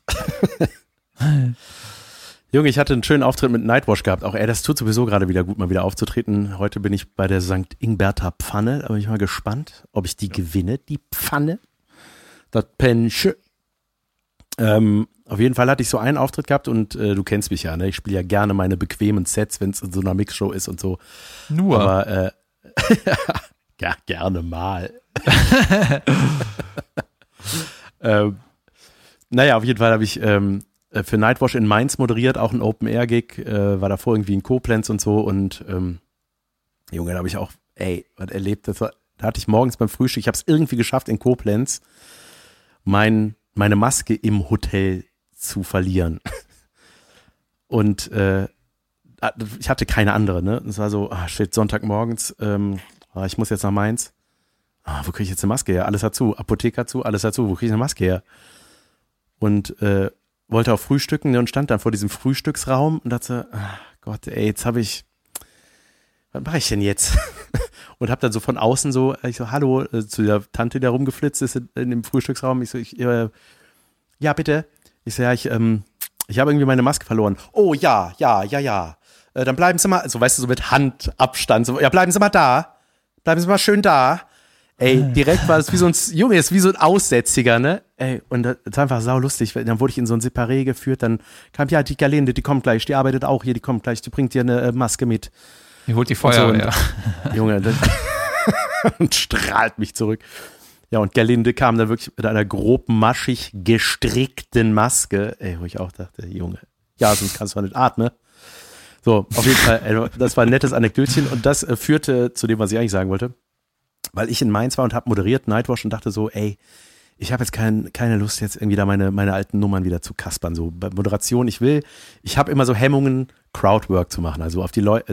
Junge, ich hatte einen schönen Auftritt mit Nightwash gehabt. Auch ey, das tut sowieso gerade wieder gut, mal wieder aufzutreten. Heute bin ich bei der Sankt Ingberter Pfanne. Da bin ich mal gespannt, ob ich die gewinne, die Pfanne. Das Pensche. Ähm, auf jeden Fall hatte ich so einen Auftritt gehabt und äh, du kennst mich ja, ne? Ich spiele ja gerne meine bequemen Sets, wenn es in so einer Mixshow ist und so. Nur. Aber äh, ja, gerne mal. ähm, naja, auf jeden Fall habe ich ähm, für Nightwash in Mainz moderiert, auch ein Open-Air-Gig, äh, war davor irgendwie in Koblenz und so und ähm, Junge, da habe ich auch, ey, was erlebt, das war, da hatte ich morgens beim Frühstück, ich habe es irgendwie geschafft in Koblenz, mein, meine Maske im Hotel zu verlieren. Und äh, ich hatte keine andere, ne? Es war so, ah, shit, Sonntagmorgens, ähm, ah, ich muss jetzt nach Mainz. Ah, wo kriege ich jetzt eine Maske her? Alles hat zu, Apotheke hat zu, alles hat zu, wo kriege ich eine Maske her? Und äh, wollte auch frühstücken, ne, und stand dann vor diesem Frühstücksraum und dachte, ah, Gott, ey, jetzt habe ich, was mache ich denn jetzt? Und habe dann so von außen so, ich so, hallo, äh, zu der Tante, die da rumgeflitzt ist in, in dem Frühstücksraum. Ich so, ich, äh, ja, bitte. Ich so, ja, ich, ähm, ich habe irgendwie meine Maske verloren. Oh, ja, ja, ja, ja. Äh, dann bleiben Sie mal, so weißt du, so mit Handabstand, so, ja, bleiben Sie mal da. Bleiben Sie mal schön da. Ey, direkt war es wie so ein, Junge, ist wie so ein Aussätziger, ne? Ey, und das war einfach saulustig. Dann wurde ich in so ein Separé geführt, dann kam, ja, die Galinde, die kommt gleich, die arbeitet auch hier, die kommt gleich, die bringt dir eine äh, Maske mit. Die holt die Und so, Feuerwehr. und, Junge, das, und strahlt mich zurück. Ja, und Gerlinde kam dann wirklich mit einer grob maschig gestrickten Maske, ey, wo ich auch dachte, Junge, ja, sonst kannst du nicht atmen. So, auf jeden Fall, ey, das war ein nettes Anekdötchen und das äh, führte zu dem, was ich eigentlich sagen wollte, weil ich in Mainz war und habe moderiert Nightwash und dachte so, ey, ich habe jetzt kein, keine Lust, jetzt irgendwie da meine, meine alten Nummern wieder zu kaspern. So bei Moderation, ich will, ich habe immer so Hemmungen, Crowdwork zu machen, also auf die Leute, also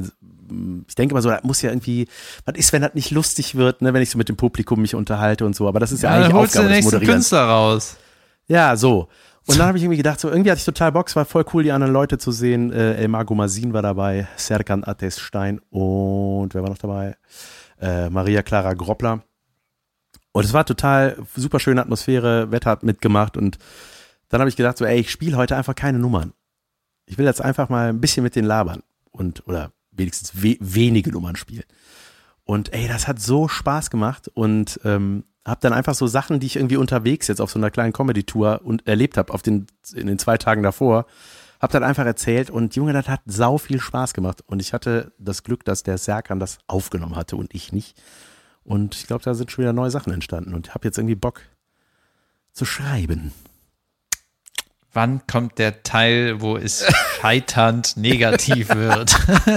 ich denke mal so, das muss ja irgendwie, was ist, wenn das nicht lustig wird, ne, wenn ich so mit dem Publikum mich unterhalte und so, aber das ist ja, ja eigentlich Aufgabe des Moderierens. Dann holst du den nächsten Künstler raus. Ja, so. Und dann habe ich irgendwie gedacht, so irgendwie hatte ich total Bock, es war voll cool, die anderen Leute zu sehen. Äh, Elmar Gomazin war dabei, Serkan Ateş-Stein und wer war noch dabei? Äh, Maria Clara Groppler. Und es war total super schöne Atmosphäre, Wetter hat mitgemacht und dann habe ich gedacht, so, ey, ich spiele heute einfach keine Nummern. Ich will jetzt einfach mal ein bisschen mit denen labern und oder wenigstens we- wenige Nummern spielen. Und ey, das hat so Spaß gemacht und ähm, habe dann einfach so Sachen, die ich irgendwie unterwegs jetzt auf so einer kleinen Comedy-Tour und erlebt habe auf den in den zwei Tagen davor, habe dann einfach erzählt und Junge, das hat sau viel Spaß gemacht und ich hatte das Glück, dass der Serkan das aufgenommen hatte und ich nicht. Und ich glaube, da sind schon wieder neue Sachen entstanden und ich habe jetzt irgendwie Bock zu schreiben. Wann kommt der Teil, wo es scheiternd negativ wird?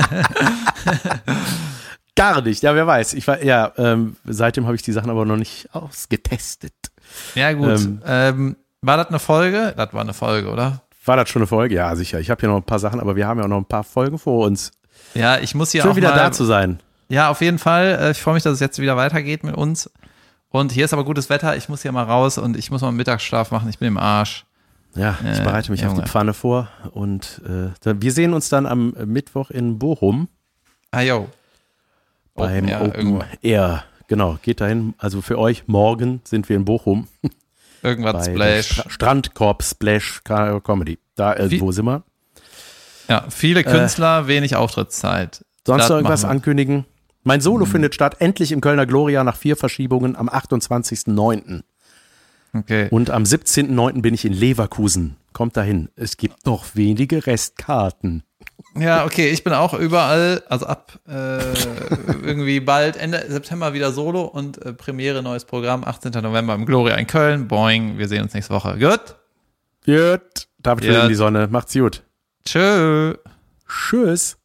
Gar nicht, ja, wer weiß. Ich war, ja, ähm, seitdem habe ich die Sachen aber noch nicht ausgetestet. Ja, gut. Ähm, ähm, war das eine Folge? Das war eine Folge, oder? War das schon eine Folge? Ja, sicher. Ich habe hier noch ein paar Sachen, aber wir haben ja auch noch ein paar Folgen vor uns. Ja, ich muss hier Schön auch wieder mal, da zu sein. Ja, auf jeden Fall. Ich freue mich, dass es jetzt wieder weitergeht mit uns. Und hier ist aber gutes Wetter. Ich muss hier mal raus und ich muss mal einen Mittagsschlaf machen. Ich bin im Arsch. Ja, ich äh, bereite mich Junge. auf die Pfanne vor. Und äh, wir sehen uns dann am Mittwoch in Bochum. Ah, jo. Beim Open, Open Air, Air. Genau, geht dahin. Also für euch, morgen sind wir in Bochum. Irgendwas Splash. Stra- Strandkorb Splash Comedy. Da irgendwo sind wir. Ja, viele Künstler, äh, wenig Auftrittszeit. Sonst das noch irgendwas ankündigen? Mein Solo hm. findet statt, endlich im Kölner Gloria nach vier Verschiebungen am achtundzwanzigsten neunten Okay. Und am siebzehnten neunten bin ich in Leverkusen. Kommt dahin. Es gibt noch wenige Restkarten. Ja, okay, ich bin auch überall, also ab äh, irgendwie bald, Ende September wieder Solo und äh, Premiere, neues Programm, achtzehnten November im Gloria in Köln. Boing, wir sehen uns nächste Woche. Gut? Gut. David will in die Sonne. Macht's gut. Tschö. Tschüss.